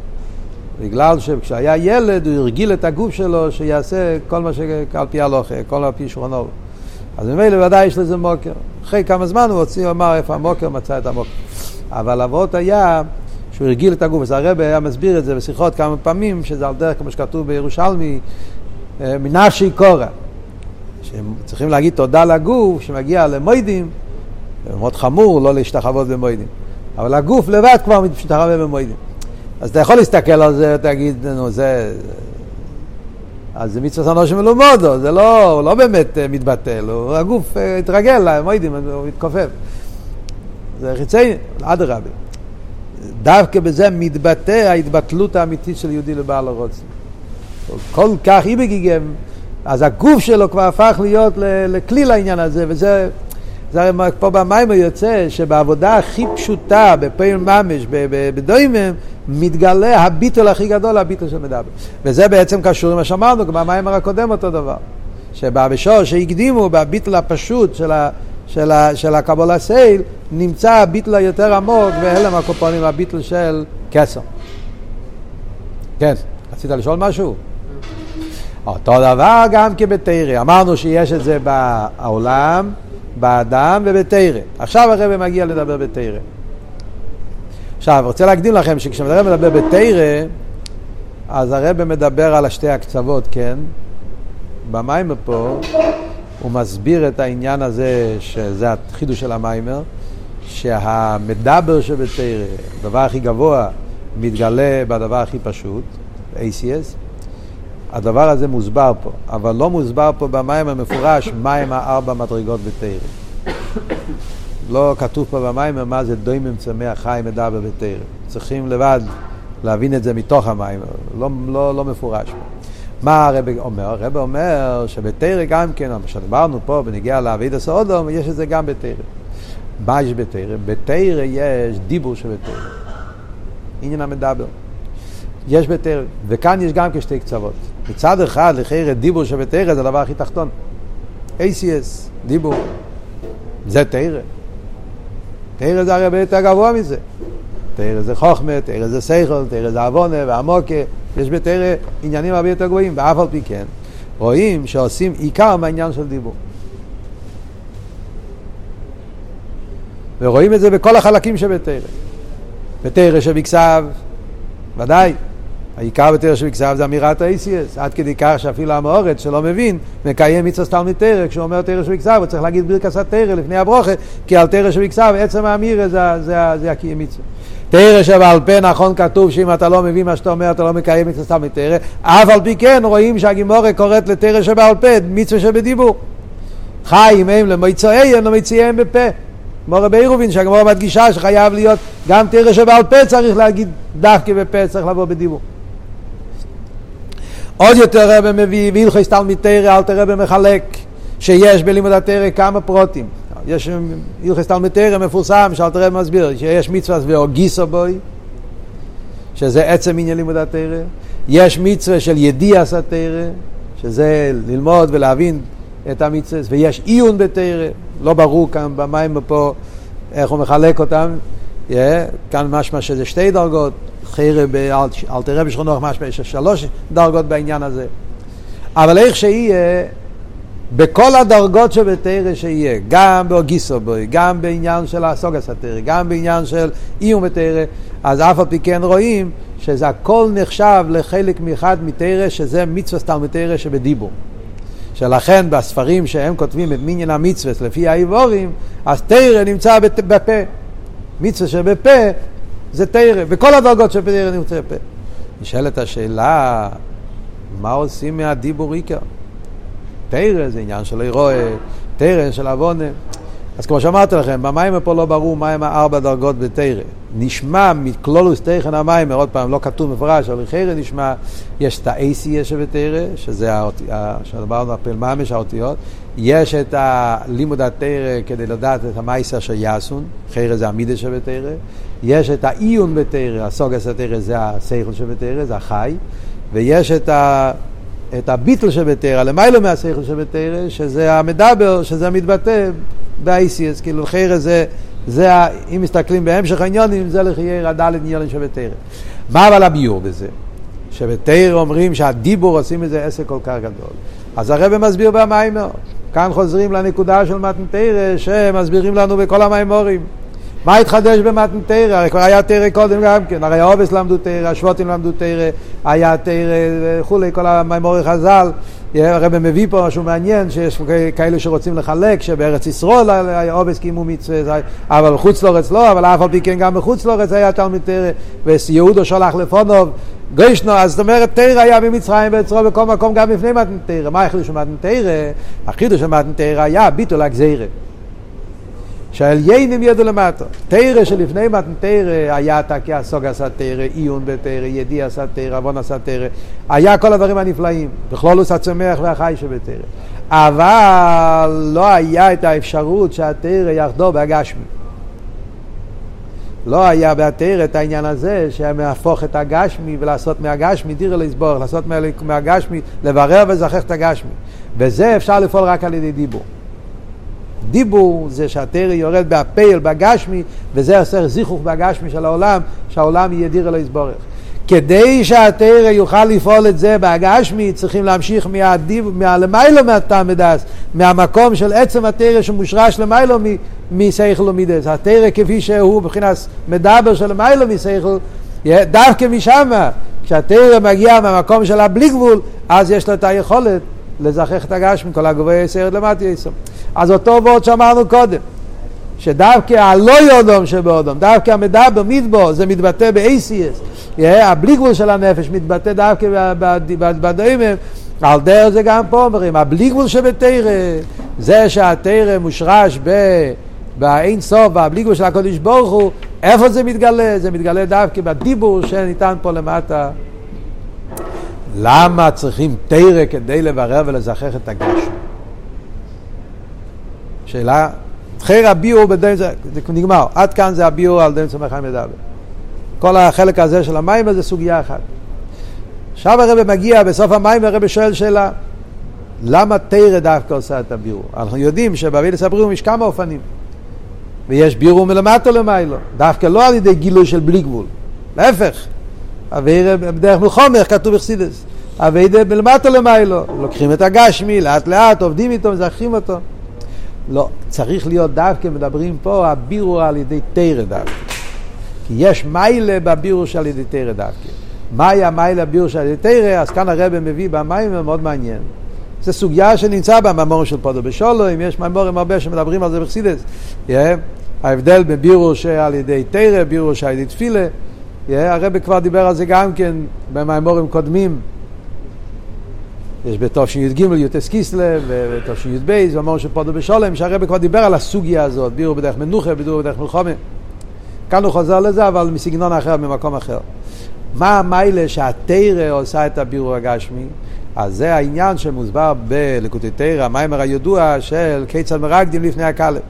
בגלל שכשהיה ילד הוא הרגיל את הגוף שלו שיעשה כל מה שעל פי הלוכה, כל על פי שולחנו. אז ממילא ודאי יש לזה מוקר. אחרי כמה זמן הוא הוציא ואמר איפה המוקר, מצא את המוקר. אבל אבות היה שהוא הרגיל את הגוף. אז הרב היה מסביר את זה בשיחות כמה פעמים, שזה על דרך כמו שכתוב בירושלמי, מנפשי קורא. שהם צריכים להגיד תודה לגוף שמגיע למוידים, זה מאוד חמור לא להשתחוות במוידים. אבל הגוף לבד כבר משתחווה במוידים. אז אתה יכול להסתכל על זה, תגיד, נו, זה... אז זה מצוות אנושים מלומדו, זה לא, לא באמת מתבטל, הוא, הגוף התרגל למוידים, הוא מתכופף. זה חיצי, עד רבי. דווקא בזה מתבטא ההתבטלות האמיתית של יהודי לבעל הרוצן. כל כך אי בגיגם, אז הגוף שלו כבר הפך להיות לכלי לעניין הזה, וזה... זה פה במים יוצא שבעבודה הכי פשוטה, בפעיל ממש, בדוימם, מתגלה הביטול הכי גדול, הביטול של מדבר. וזה בעצם קשור עם מה שאמרנו, גם במים הקודם אותו דבר. שבשור שהקדימו, בביטול הפשוט של, ה, של, ה, של הקבלה סייל, נמצא הביטול היותר עמוק, ואלה מהקופונים הביטול של קסר. כן, רצית לשאול משהו? אותו דבר גם כבתירי. אמרנו שיש את זה בעולם, באדם ובתירה. עכשיו הרב מגיע לדבר בתירה. עכשיו, רוצה להקדים לכם שכשהרב מדבר בתירה, אז הרב מדבר על השתי הקצוות, כן? במיימר פה, הוא מסביר את העניין הזה, שזה החידוש של המיימר, שהמדבר שבתירה, הדבר הכי גבוה, מתגלה בדבר הכי פשוט, איי סי אס, הדבר הזה מוסבר פה, אבל לא מוסבר פה במים המפורש מהם הארבע מדרגות בתורה. לא כתוב פה במים מה זה דוימם צמח חי מדבר בתורה. צריכים לבד להבין את זה מתוך המים, לא, לא, לא מפורש פה. מה הרב אומר? הרב אומר שבתורה גם כן, מה שדיברנו פה בנגיע לעבודת סעודום, יש את זה גם בתורה. מה יש בתורה? בתורה יש דיבור שבתורה. עניין המדבר. יש בתרא, וכאן יש גם כשתי קצוות. מצד אחד, לחיר דיבור שבתרא זה הדבר הכי תחתון. איי סי אס, דיבור. זה תרא. תרא זה הרבה יותר גבוה מזה. תרא זה חוכמה, תרא זה שכל, תרא זה עוונה ועמוקה. יש בתרא עניינים הרבה יותר גבוהים, ואף על פי כן. רואים שעושים עיקר מהעניין של דיבור. ורואים את זה בכל החלקים שבתרא. בתרא שבכסף, ודאי, העיקר בתרא שבכסף זה אמירת ה-איי סי אס, עד כדי כך שאפילו המאורץ שלא מבין, מקיים מצווה תלמיד תרא, כשהוא אומר תרא שבכסף, הוא צריך להגיד ברכת תרא לפני הברוכה, כי על תרא שבכסף, עצם האמירה זה, זה, זה הקיים מצווה. תרא שבעל פה נכון כתוב שאם אתה לא מבין מה שאתה אומר, אתה לא מקיים מצווה תלמיד תרא, אף על פי כן רואים שהגימורה קוראת לתרא שבעל פה, מצווה שבדיבור. חיים הם למויצאיהם, למויצאיהם בפה. מורה בעירובין שהגמורה מדגישה שחייב להיות גם תרא שבעל פה צריך להגיד דווקא בפה, צריך לבוא בדיבור. עוד יותר רב מביא והלכות תלמיד תרא, אל תראה במחלק שיש בלימוד התרא כמה פרוטים. יש הלכות תלמיד תרא מפורסם שאל תראה מסביר שיש מצווה והוגיסו בוי, שזה עצם עניין לימוד התרא. יש מצווה של ידיעת התרא, שזה ללמוד ולהבין את המצווה, ויש עיון בתרא. לא ברור כאן במים פה איך הוא מחלק אותם. yeah, כאן משמע שזה שתי דרגות, חיירה אל תראה בשכונוך משמע יש שלוש דרגות בעניין הזה. אבל איך שיהיה בכל הדרגות שבתרא שיהיה, גם באוגיסו בוי, גם בעניין של הסוגס התרא, גם בעניין של עיון בתרא, אז אף על פי כן רואים שזה הכל נחשב לחלק מאחד מתרא, שזה מצווה תלמיד תרא שבדיבור. שלכן בספרים שהם כותבים את מניין המצווה לפי האיבורים, אז תרא נמצא בפה. מצווה שבפה זה תרא. בכל הדרגות שבתרא נמצא בפה. נשאלת השאלה, מה עושים מהדיבור עיקר? תרא זה עניין של אירועה, תרא של עוונה. אז כמו שאמרתי לכם, במים פה לא ברור מהם הארבע דרגות בתרא. נשמע מכלולוס תכן המים, עוד פעם לא כתוב מפורש, אבל אחרי נשמע, יש את ה-איי סי אס שבתרא, שזה שדברנו הפעיל ממש האותיות, יש את הלימוד התרא כדי לדעת את המייסר של יסון, אחרי זה המידה שבתרא, יש את העיון בתרא, הסוגס התרא זה השכל שבתרא, זה החי, ויש את ה... את הביטל שבתרא, למיילו מהשכל שבתרא, שזה המדבר, שזה המתבטא ב-איי סי אס, כאילו אחרי זה, זה, אם מסתכלים בהמשך העניונים, זה לחייר הדלת עניונים שבתרא. מה אבל הביור בזה? שבתרא אומרים שהדיבור עושים איזה עסק כל כך גדול. אז הרב מסביר במיימר, כאן חוזרים לנקודה של מתן תרא, שמסבירים לנו בכל המיימורים. מה התחדש במתן תרא? הרי כבר היה תרא קודם גם כן, הרי האובס למדו תרא, השבוטים למדו תרא, היה תרא וכולי, כל המיימורי חז"ל. הרב מביא פה משהו מעניין, שיש כאלה שרוצים לחלק, שבארץ ישראל האובס קיימו מצווה, אבל חוץ לארץ לא, אבל אף על פי כן גם בחוץ לארץ היה תלמיד תרא, ויהודו שלח לפונוב, גוישנו, אז זאת אומרת, תרא היה במצרים בעצרו בכל מקום גם לפני מתן תרא. מה החידוש של מתן תרא? החידוש של מתן תרא היה ביטול הגזירה. שהעליינים ידעו למטה. תרא שלפני מתן תרא היה תקי הסוג עשה תרא, עיון בתרא, ידיע עשה תרא, עוון עשה תרא. היה כל הדברים הנפלאים. בכלולוס הצומח והחי שבתרא. אבל לא היה את האפשרות שהתרא יחדור בהגשמי. לא היה בתרא את העניין הזה שמהפוך את הגשמי ולעשות מהגשמי דירה לסבור, לעשות מהגשמי לברר ולזכח את הגשמי. וזה אפשר לפעול רק על ידי דיבור. דיבור זה שהתרא יורד בהפייל בגשמי, וזה עושה זיכוך בגשמי של העולם, שהעולם יהיה דירה לסבורך. כדי שהתרא יוכל לפעול את זה בהגשמי, צריכים להמשיך מהדיב, מהלמיילו מהתמדס, מהמקום של עצם התרא שמושרש למיילו מסייכל ומידס. התרא כפי שהוא בבחינת מדבר של למיילו מסייכל, דווקא משם, כשהתרא מגיע מהמקום של הבלי גבול, אז יש לו את היכולת לזכח את הגשמי, כל הגבוה יסרד למטה יסם. אז אותו ועוד שאמרנו קודם, שדווקא הלא יודום שבאודום, דווקא המדבר מדבור, זה מתבטא ב-איי סי אס, הבלי גבול של הנפש מתבטא דווקא בדוימם, על דרך זה גם פה אומרים, הבלי גבול שבתרא, זה שהתרא מושרש באין סוף, הבלי גבול של הקודש ברוך הוא, איפה זה מתגלה? זה מתגלה דווקא בדיבור שניתן פה למטה. למה צריכים תרא כדי לברר ולזכח את הגשם? שאלה, אחרי הביור בדין זה, זה נגמר, עד כאן זה הביור על דין צמח חיים מדבר. כל החלק הזה של המים זה סוגיה אחת. עכשיו הרב מגיע בסוף המים והרב שואל שאלה, למה תירא דווקא עושה את הבירור? אנחנו יודעים שבאביידס הבירור יש כמה אופנים, ויש בירור מלמטה למיילו, דווקא לא על ידי גילוי של בלי גבול, להפך, אביידס בדרך מלחומר כתוב בחסידות, אביידס מלמטה למיילו, לוקחים את הגשמי לאט לאט, עובדים איתו, מזכחים אותו. לא, צריך להיות דווקא, מדברים פה הבירור על ידי תירא דווקא, כי יש מיילה בבירור של ידי תירא דווקא. מהי המיילה בבירור של ידי תירא? אז כאן הרב מביא במים מאוד מעניין. זו סוגיה שנמצא במאמר של פודו בשולו, אם יש מאמרים הרבה שמדברים על זה בחסידות. Yeah. ההבדל בבירור שעל ידי תירא, בירור שעל ידי תפילה. Yeah. הרב כבר דיבר על זה גם כן במאמרים קודמים. יש בתושין י"ג יוטס קיסלב ובתושין י"ב, במאמר של פודו בשולו, שהרב כבר דיבר על הסוגיה הזאת, בירור בדרך מנוחה, בירור בדרך מלחמה. כאן הוא חוזר לזה, אבל מסגנון אחר, ממקום אחר. מה המיילה שהתירא עושה את הבירור הגשמי? אז זה העניין שמוסבר בליקוטי תירא, המיימר הידוע של כיצד מרקדים לפני הכלב.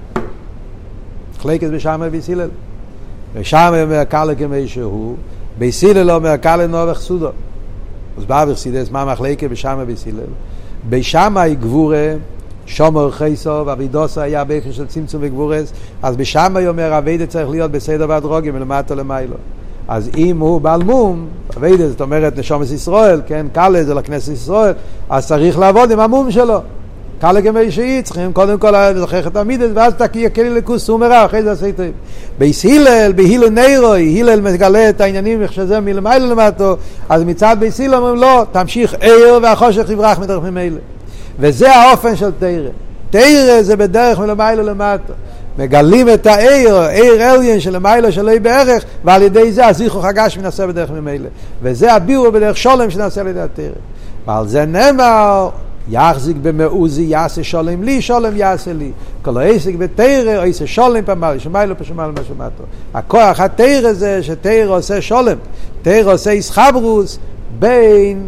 חלקת בשמה ביס הלל. בשמה אומר כלב כמי שהוא, ביס הלל אומר כלב נובח סודו. מוסבר בחסידות מה מחלקת בשמה ביס הלל. בשמה היא גבורה, שומר חייסו, ואבידוסה היה באיפה של צמצום וגבורס, אז בשמה היא אומר, אבידה צריך להיות בסדר והדרוגים, מלמטה למיילו. אז אם הוא בעל מום, אבידה זאת אומרת נשומת ישראל, כן, קלה זה לכנסת ישראל, אז צריך לעבוד עם המום שלו. קלה כמי שהיא, צריכים קודם כל לזכח את המידס, ואז תקיא כלי לכוס סומרה, אחרי זה עשי טוב. ביס הלל, בהילל נירוי, הלל מגלה את העניינים, איך שזה מלמעלה למטו, אז מצד ביס הלל אומרים לו, תמשיך עיר והחושך יברח מדרך ממילא. וזה האופן של תירא. תירא זה בדרך מלמעלה למטה. מגלים את העיר, עיר אליין של המיילה שלו בערך, ועל ידי זה הזיכרוך הגשמי נעשה בדרך ממילא. וזה הבירור בדרך שולם שנעשה על ידי התירא. ועל זה נאמר, יחזיק במעוזי יעשה שולם לי, שולם יעשה לי. כל העסק בתירא, עושה שולם פעמלי, שמיילה פשמל מה שמעתו. הכוח התירא זה שתירא עושה שולם. תירא עושה ישחברוס בין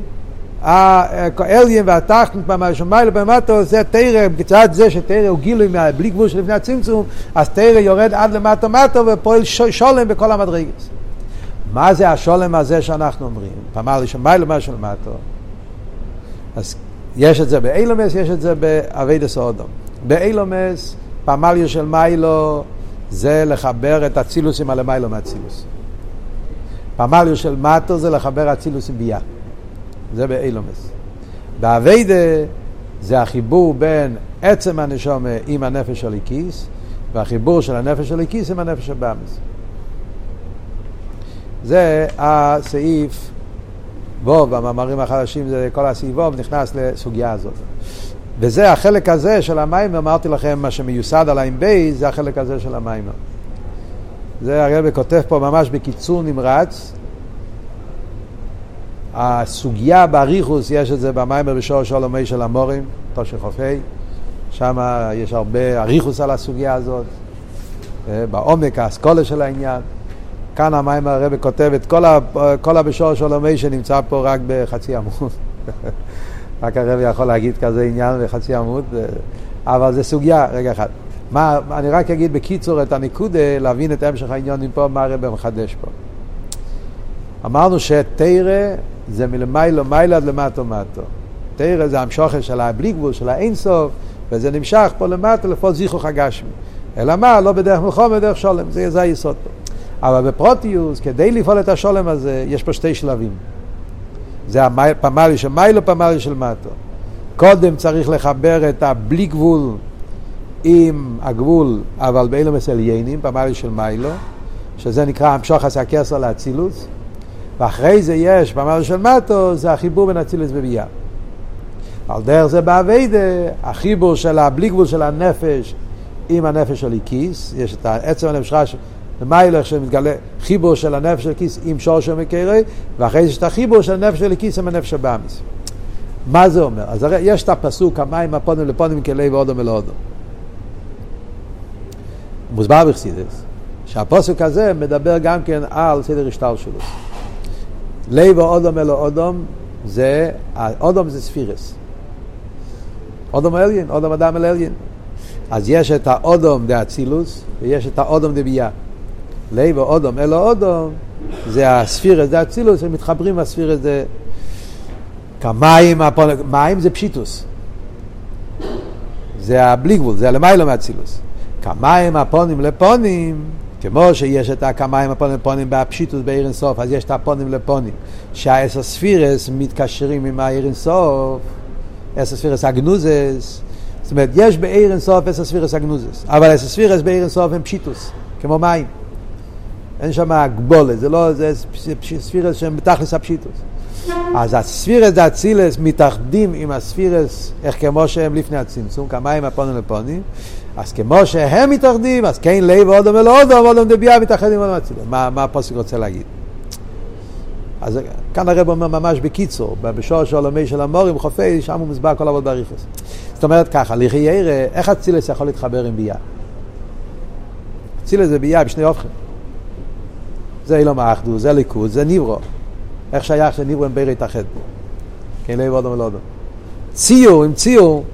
האליין והתחתון פעמל שמיילה פעמתו, זה תירא, בצד זה שתירא הוא גילוי בלי גבול שלפני הצמצום, אז תירא יורד עד למטה מטה ופועל שולם בכל המדרגות. מה זה השולם הזה שאנחנו אומרים? פעמל שמיילה מה שמעתו. אז יש את זה באילומס, יש את זה באביידס האודום. באילומס, פעמל של מיילו, זה לחבר את הצילוסים על המיילו מהצילוס. פעמל של מטו זה לחבר הצילוסים ביה. זה באילומס. באביידה זה החיבור בין עצם הנשמה עם הנפש הליקיס, והחיבור של הנפש הליקיס עם הנפש הבאמס. זה הסעיף בו, במאמרים החדשים, זה כל הסעיף בו, נכנס לסוגיה הזאת. וזה החלק הזה של המיימר, אמרתי לכם, מה שמיוסד על העין בי, זה החלק הזה של המיימר. זה הרב כותב פה ממש בקיצור נמרץ, הסוגיה באריכוס, יש את זה במיימר בשור שולמי של המורים, תושי חופי, שם יש הרבה אריכוס על הסוגיה הזאת, בעומק האסכולה של העניין. כאן המיימר הרב כותב את כל, ה, כל הבשור שולמי שנמצא פה רק בחצי עמוד. רק הרב יכול להגיד כזה עניין בחצי עמוד, אבל זה סוגיה, רגע אחד. מה, אני רק אגיד בקיצור את הנקודה, להבין את המשך העניונים פה, מה הרב מחדש פה. אמרנו שתירא זה מלמיילו מיילו עד למטו מטו. תירא זה המשוכר של הבלי גבול, של האינסוף, וזה נמשך פה למטו לפות זיכרוך הגשמי. אלא מה? לא בדרך מלחמה, בדרך שולם. זה, זה היסוד פה. אבל בפרוטיוס, כדי לפעול את השולם הזה, יש פה שתי שלבים. זה הפמלי של מיילו, פמלי של מטו. קודם צריך לחבר את הבלי גבול עם הגבול, אבל באילומס עליינים, פמלי של מיילו, שזה נקרא המשוך הסקרסר לאצילוס. ואחרי זה יש, פמל של מטו, זה החיבור בין אצילוס ובייה. על דרך זה באביידה, החיבור של הבלי גבול של הנפש עם הנפש של הכיס, יש את העצם הנפש שלך, למיילך שמתגלה חיבור של הנפש של הכיס עם שורשו מקרי, ואחרי זה יש את החיבור של הנפש של הכיס עם הנפש הבאמיס. מה זה אומר? אז יש את הפסוק, המים הפונים לפונים כלי ואודום אל אודום. מוסבר בחסידות, שהפסוק הזה מדבר גם כן על סדר השטר שלו. לב אודום אלו אודום, זה, אודום זה ספירס. אודום אליין, אודום אדם אל אליין. אז יש את האודום דה אצילוס, ויש את האודום דה ביה. לב אודום אלו אודום, זה הספירס דה אצילוס, הם מתחברים הספירס דה, כמים הפונים, מים זה פשיטוס. זה הבלי גבול, זה הלמיילו מהצילוס. כמים הפונים לפונים, כמו שיש את הכמים הפונים לפונים בהפשיטוס בעיר אינסוף, אז יש את הפונים לפונים, שהעשר ספירס מתקשרים עם העיר אינסוף, עשר ספירס הגנוזס, זאת אומרת, יש בעיר אינסוף עשר ספירס הגנוזס, אבל עשר ספירס בעיר אינסוף הם פשיטוס, כמו מים. אין שם הגבולת, זה לא, זה ספירס שהם בתכלס הפשיטוס. אז הספירס דאצילס מתאחדים עם הספירס, איך כמו שהם לפני הצמצום, כמים הפונים לפונים, אז כמו שהם מתאחדים, אז כן לב ואודום ולא אודום, ואודום דבייה מתאחדים עם אצילס. מה, מה הפוסק רוצה להגיד? אז כאן הרב אומר ממש בקיצור, בשור של עולמי של המורים, חופי, שם הוא מסבר כל עבוד בריחס. זאת אומרת ככה, לכי יראה, איך אצילס יכול להתחבר עם בייה? אצילס זה בייה בשני אופכים. זה אילום האחדות, זה ליכוד, זה ניברו. איך שייך שניברו הם בירה יתאחד? כן לב ואודום ולא אודום. ציור עם ציור,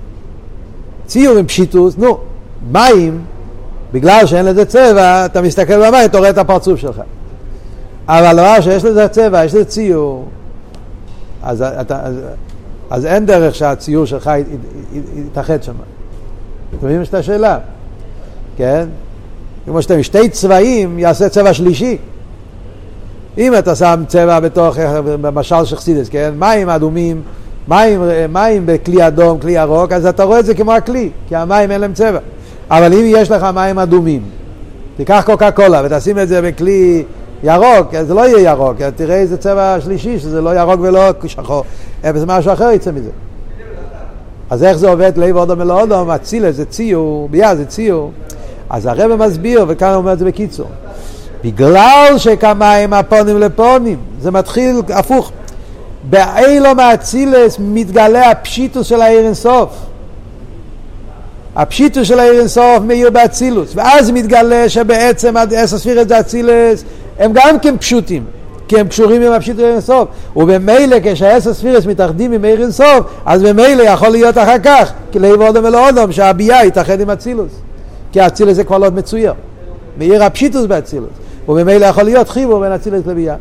ציור עם פשיטוס, נו, מים, בגלל שאין לזה צבע, אתה מסתכל במים, אתה רואה את הפרצוף שלך. אבל לא שיש לזה צבע, יש לזה ציור, אז, אתה, אז, אז אין דרך שהציור שלך יתאחד שם. אתם מבינים את השאלה? כן? כמו שאתם, שתי צבעים יעשה צבע שלישי. אם אתה שם צבע בתוך, במשל שחסידס, כן? מים אדומים, מים, מים בכלי אדום, כלי ירוק, אז אתה רואה את זה כמו הכלי, כי המים אין להם צבע. אבל אם יש לך מים אדומים, תיקח קוקה קולה ותשים את זה בכלי ירוק, זה לא יהיה ירוק, תראה איזה צבע שלישי, שזה לא ירוק ולא שחור, זה משהו אחר יצא מזה. אז איך זה עובד לב אודום ולא אודום? אצילס זה ציור, ביה זה ציור. אז הרב מסביר, וכאן הוא אומר את זה בקיצור. בגלל שכמים הפונים לפונים, זה מתחיל הפוך. באילום האצילס מתגלה הפשיטוס של העיר אינסוף. הפשיטוס של העיר אינסוף מאיר באצילוס, ואז מתגלה שבעצם עשר ספירס האצילס הם גם כן פשוטים, כי הם קשורים עם הפשיטוס של העיר אינסוף. ובמילא כשהעשר ספירס מתאחדים עם העיר אינסוף, אז במילא יכול להיות אחר כך, כי לב אודום ולא אודום, שהבייה יתאחד עם אצילוס. כי האצילס זה כבר לא מצויר. מאיר הפשיטוס באצילוס. ובמילא יכול להיות חיבור בין אצילס לבייה.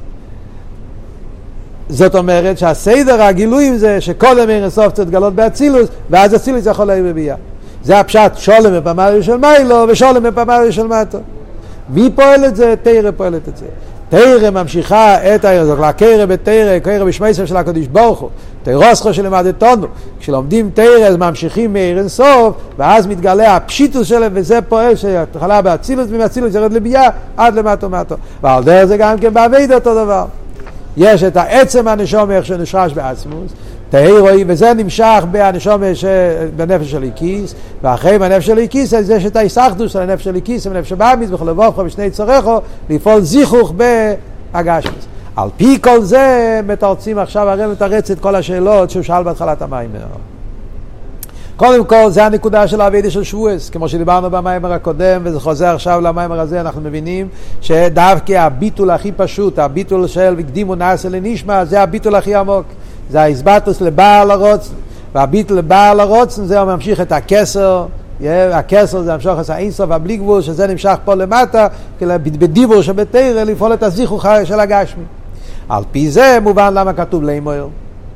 זאת אומרת שהסדר הגילויים זה שקודם עיר אינסוף צריך לגלות באצילוס, ואז אצילוס יכול להעיר בבייה. זה הפשט שולם בפמליה של מיילו ושולם בפמליה של מטו. מי פועל את זה? תירה פועלת את זה. תירה ממשיכה את העיר, זאת אומרת, קרא בתירה, קרא בשמייסם של הקדוש ברוך הוא, תירוסחו שלמדתנו. כשלומדים תירה אז ממשיכים מעיר אינסוף, ואז מתגלה הפשיטוס שלהם, וזה פועל שהתחלה באצילוס, ומאצילוס ירד לבייה עד למטו מטו. ועל דרך זה גם כן בעבד אותו דבר. יש את העצם הנשום איך שנשרש בעצמוס, תהירוי, וזה נמשך בהנשום בנפש של איקיס, ואחרי בנפש של איקיס אז יש את ההיסחדוס של הנפש של איקיס ונפש הבאמיס בכל לבוכו ושני צורךו לפעול זיכוך בהגשמוס. על פי כל זה מתרצים עכשיו הרב מתרץ את כל השאלות שהוא שאל בהתחלת המיימר. קודם כל זה הנקודה של העבודה של שבועס, כמו שדיברנו במיימר הקודם, וזה חוזר עכשיו למיימר הזה. אנחנו מבינים שדווקא הביטול הכי פשוט, הביטול של קדימו נעשה לנשמה, זה הביטול הכי עמוק, זה ההסבטוס לבעל הרוצן, והביטול לבעל הרוצן זה ממשיך את הכסר, הכסר זה המשוך את האינסוף והבלי גבול, שזה נמשך פה למטה בדיבור שבתירה לפעול את הזיכוך של הגשמי. על פי זה מובן למה כתוב לימור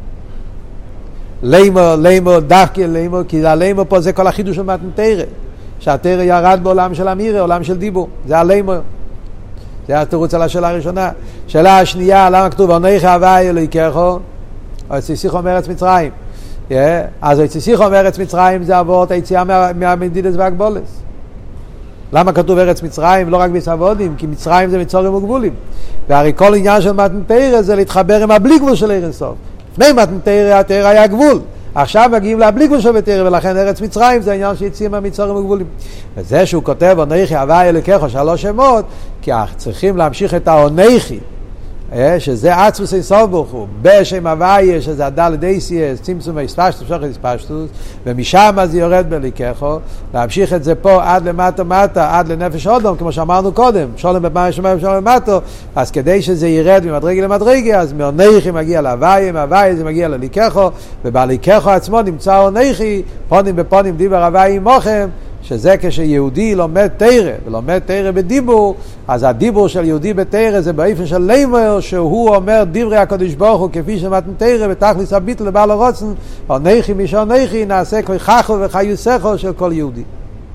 לימור, לימור, דווקא לימור, כי הלימור פה זה כל החידוש של מתן תירה, שהתירה ירד בעולם של אמירה, עולם של דיבור, זה הלימור. זה התירוץ על השאלה הראשונה. שאלה השנייה, למה כתוב עונך הווי אלוהיכךו או יציסיכו מארץ מצרים? אז יציסיכו מארץ מצרים זה עבורת היציאה מהמדידס והגבולס. למה כתוב ארץ מצרים? לא רק בסעבודים, כי מצרים זה מצורים וגבולים, והרי כל עניין של מתן תירה זה להתחבר עם הבלי גבול של ארץ סוף. לפני מתן תירה, התירה היה גבול, עכשיו מגיעים לבלי גבול של תירה, ולכן ארץ מצרים זה העניין שיציאים מהמצורים וגבולים. וזה שהוא כותב עונכי הווי אלוהיכךו שלוש שמות, כי צריכים להמשיך את העונכי, שזה עצמוס אינסוף ברוך הוא, בשם הוויה, שזה הדל דייסייס, צמצום והספשטוס, שוחד הספשטוס, ומשם אז יורד בליקחו, להמשיך את זה פה עד למטה מטה, עד לנפש אודום, כמו שאמרנו קודם, שולם בפעם שמיים ושולם במטו, אז כדי שזה ירד ממדרגה למדרגה, אז מעונכי מגיע להוויה, מהוויה זה מגיע לליקחו, ובליקחו עצמו נמצא עונכי, פונים בפונים דיבר הוויה עמוכם, שזה כשיהודי לומד תורה, ולומד תורה בדיבור, אז הדיבור של יהודי בתורה זה באופן של לימור, שהוא אומר דברי הקדוש ברוך הוא כפי שמתן תורה, בתכלס הביטל לבעל הרוצן, או נכי משון נכי, נעשה כוחך וחיוסך של כל יהודי.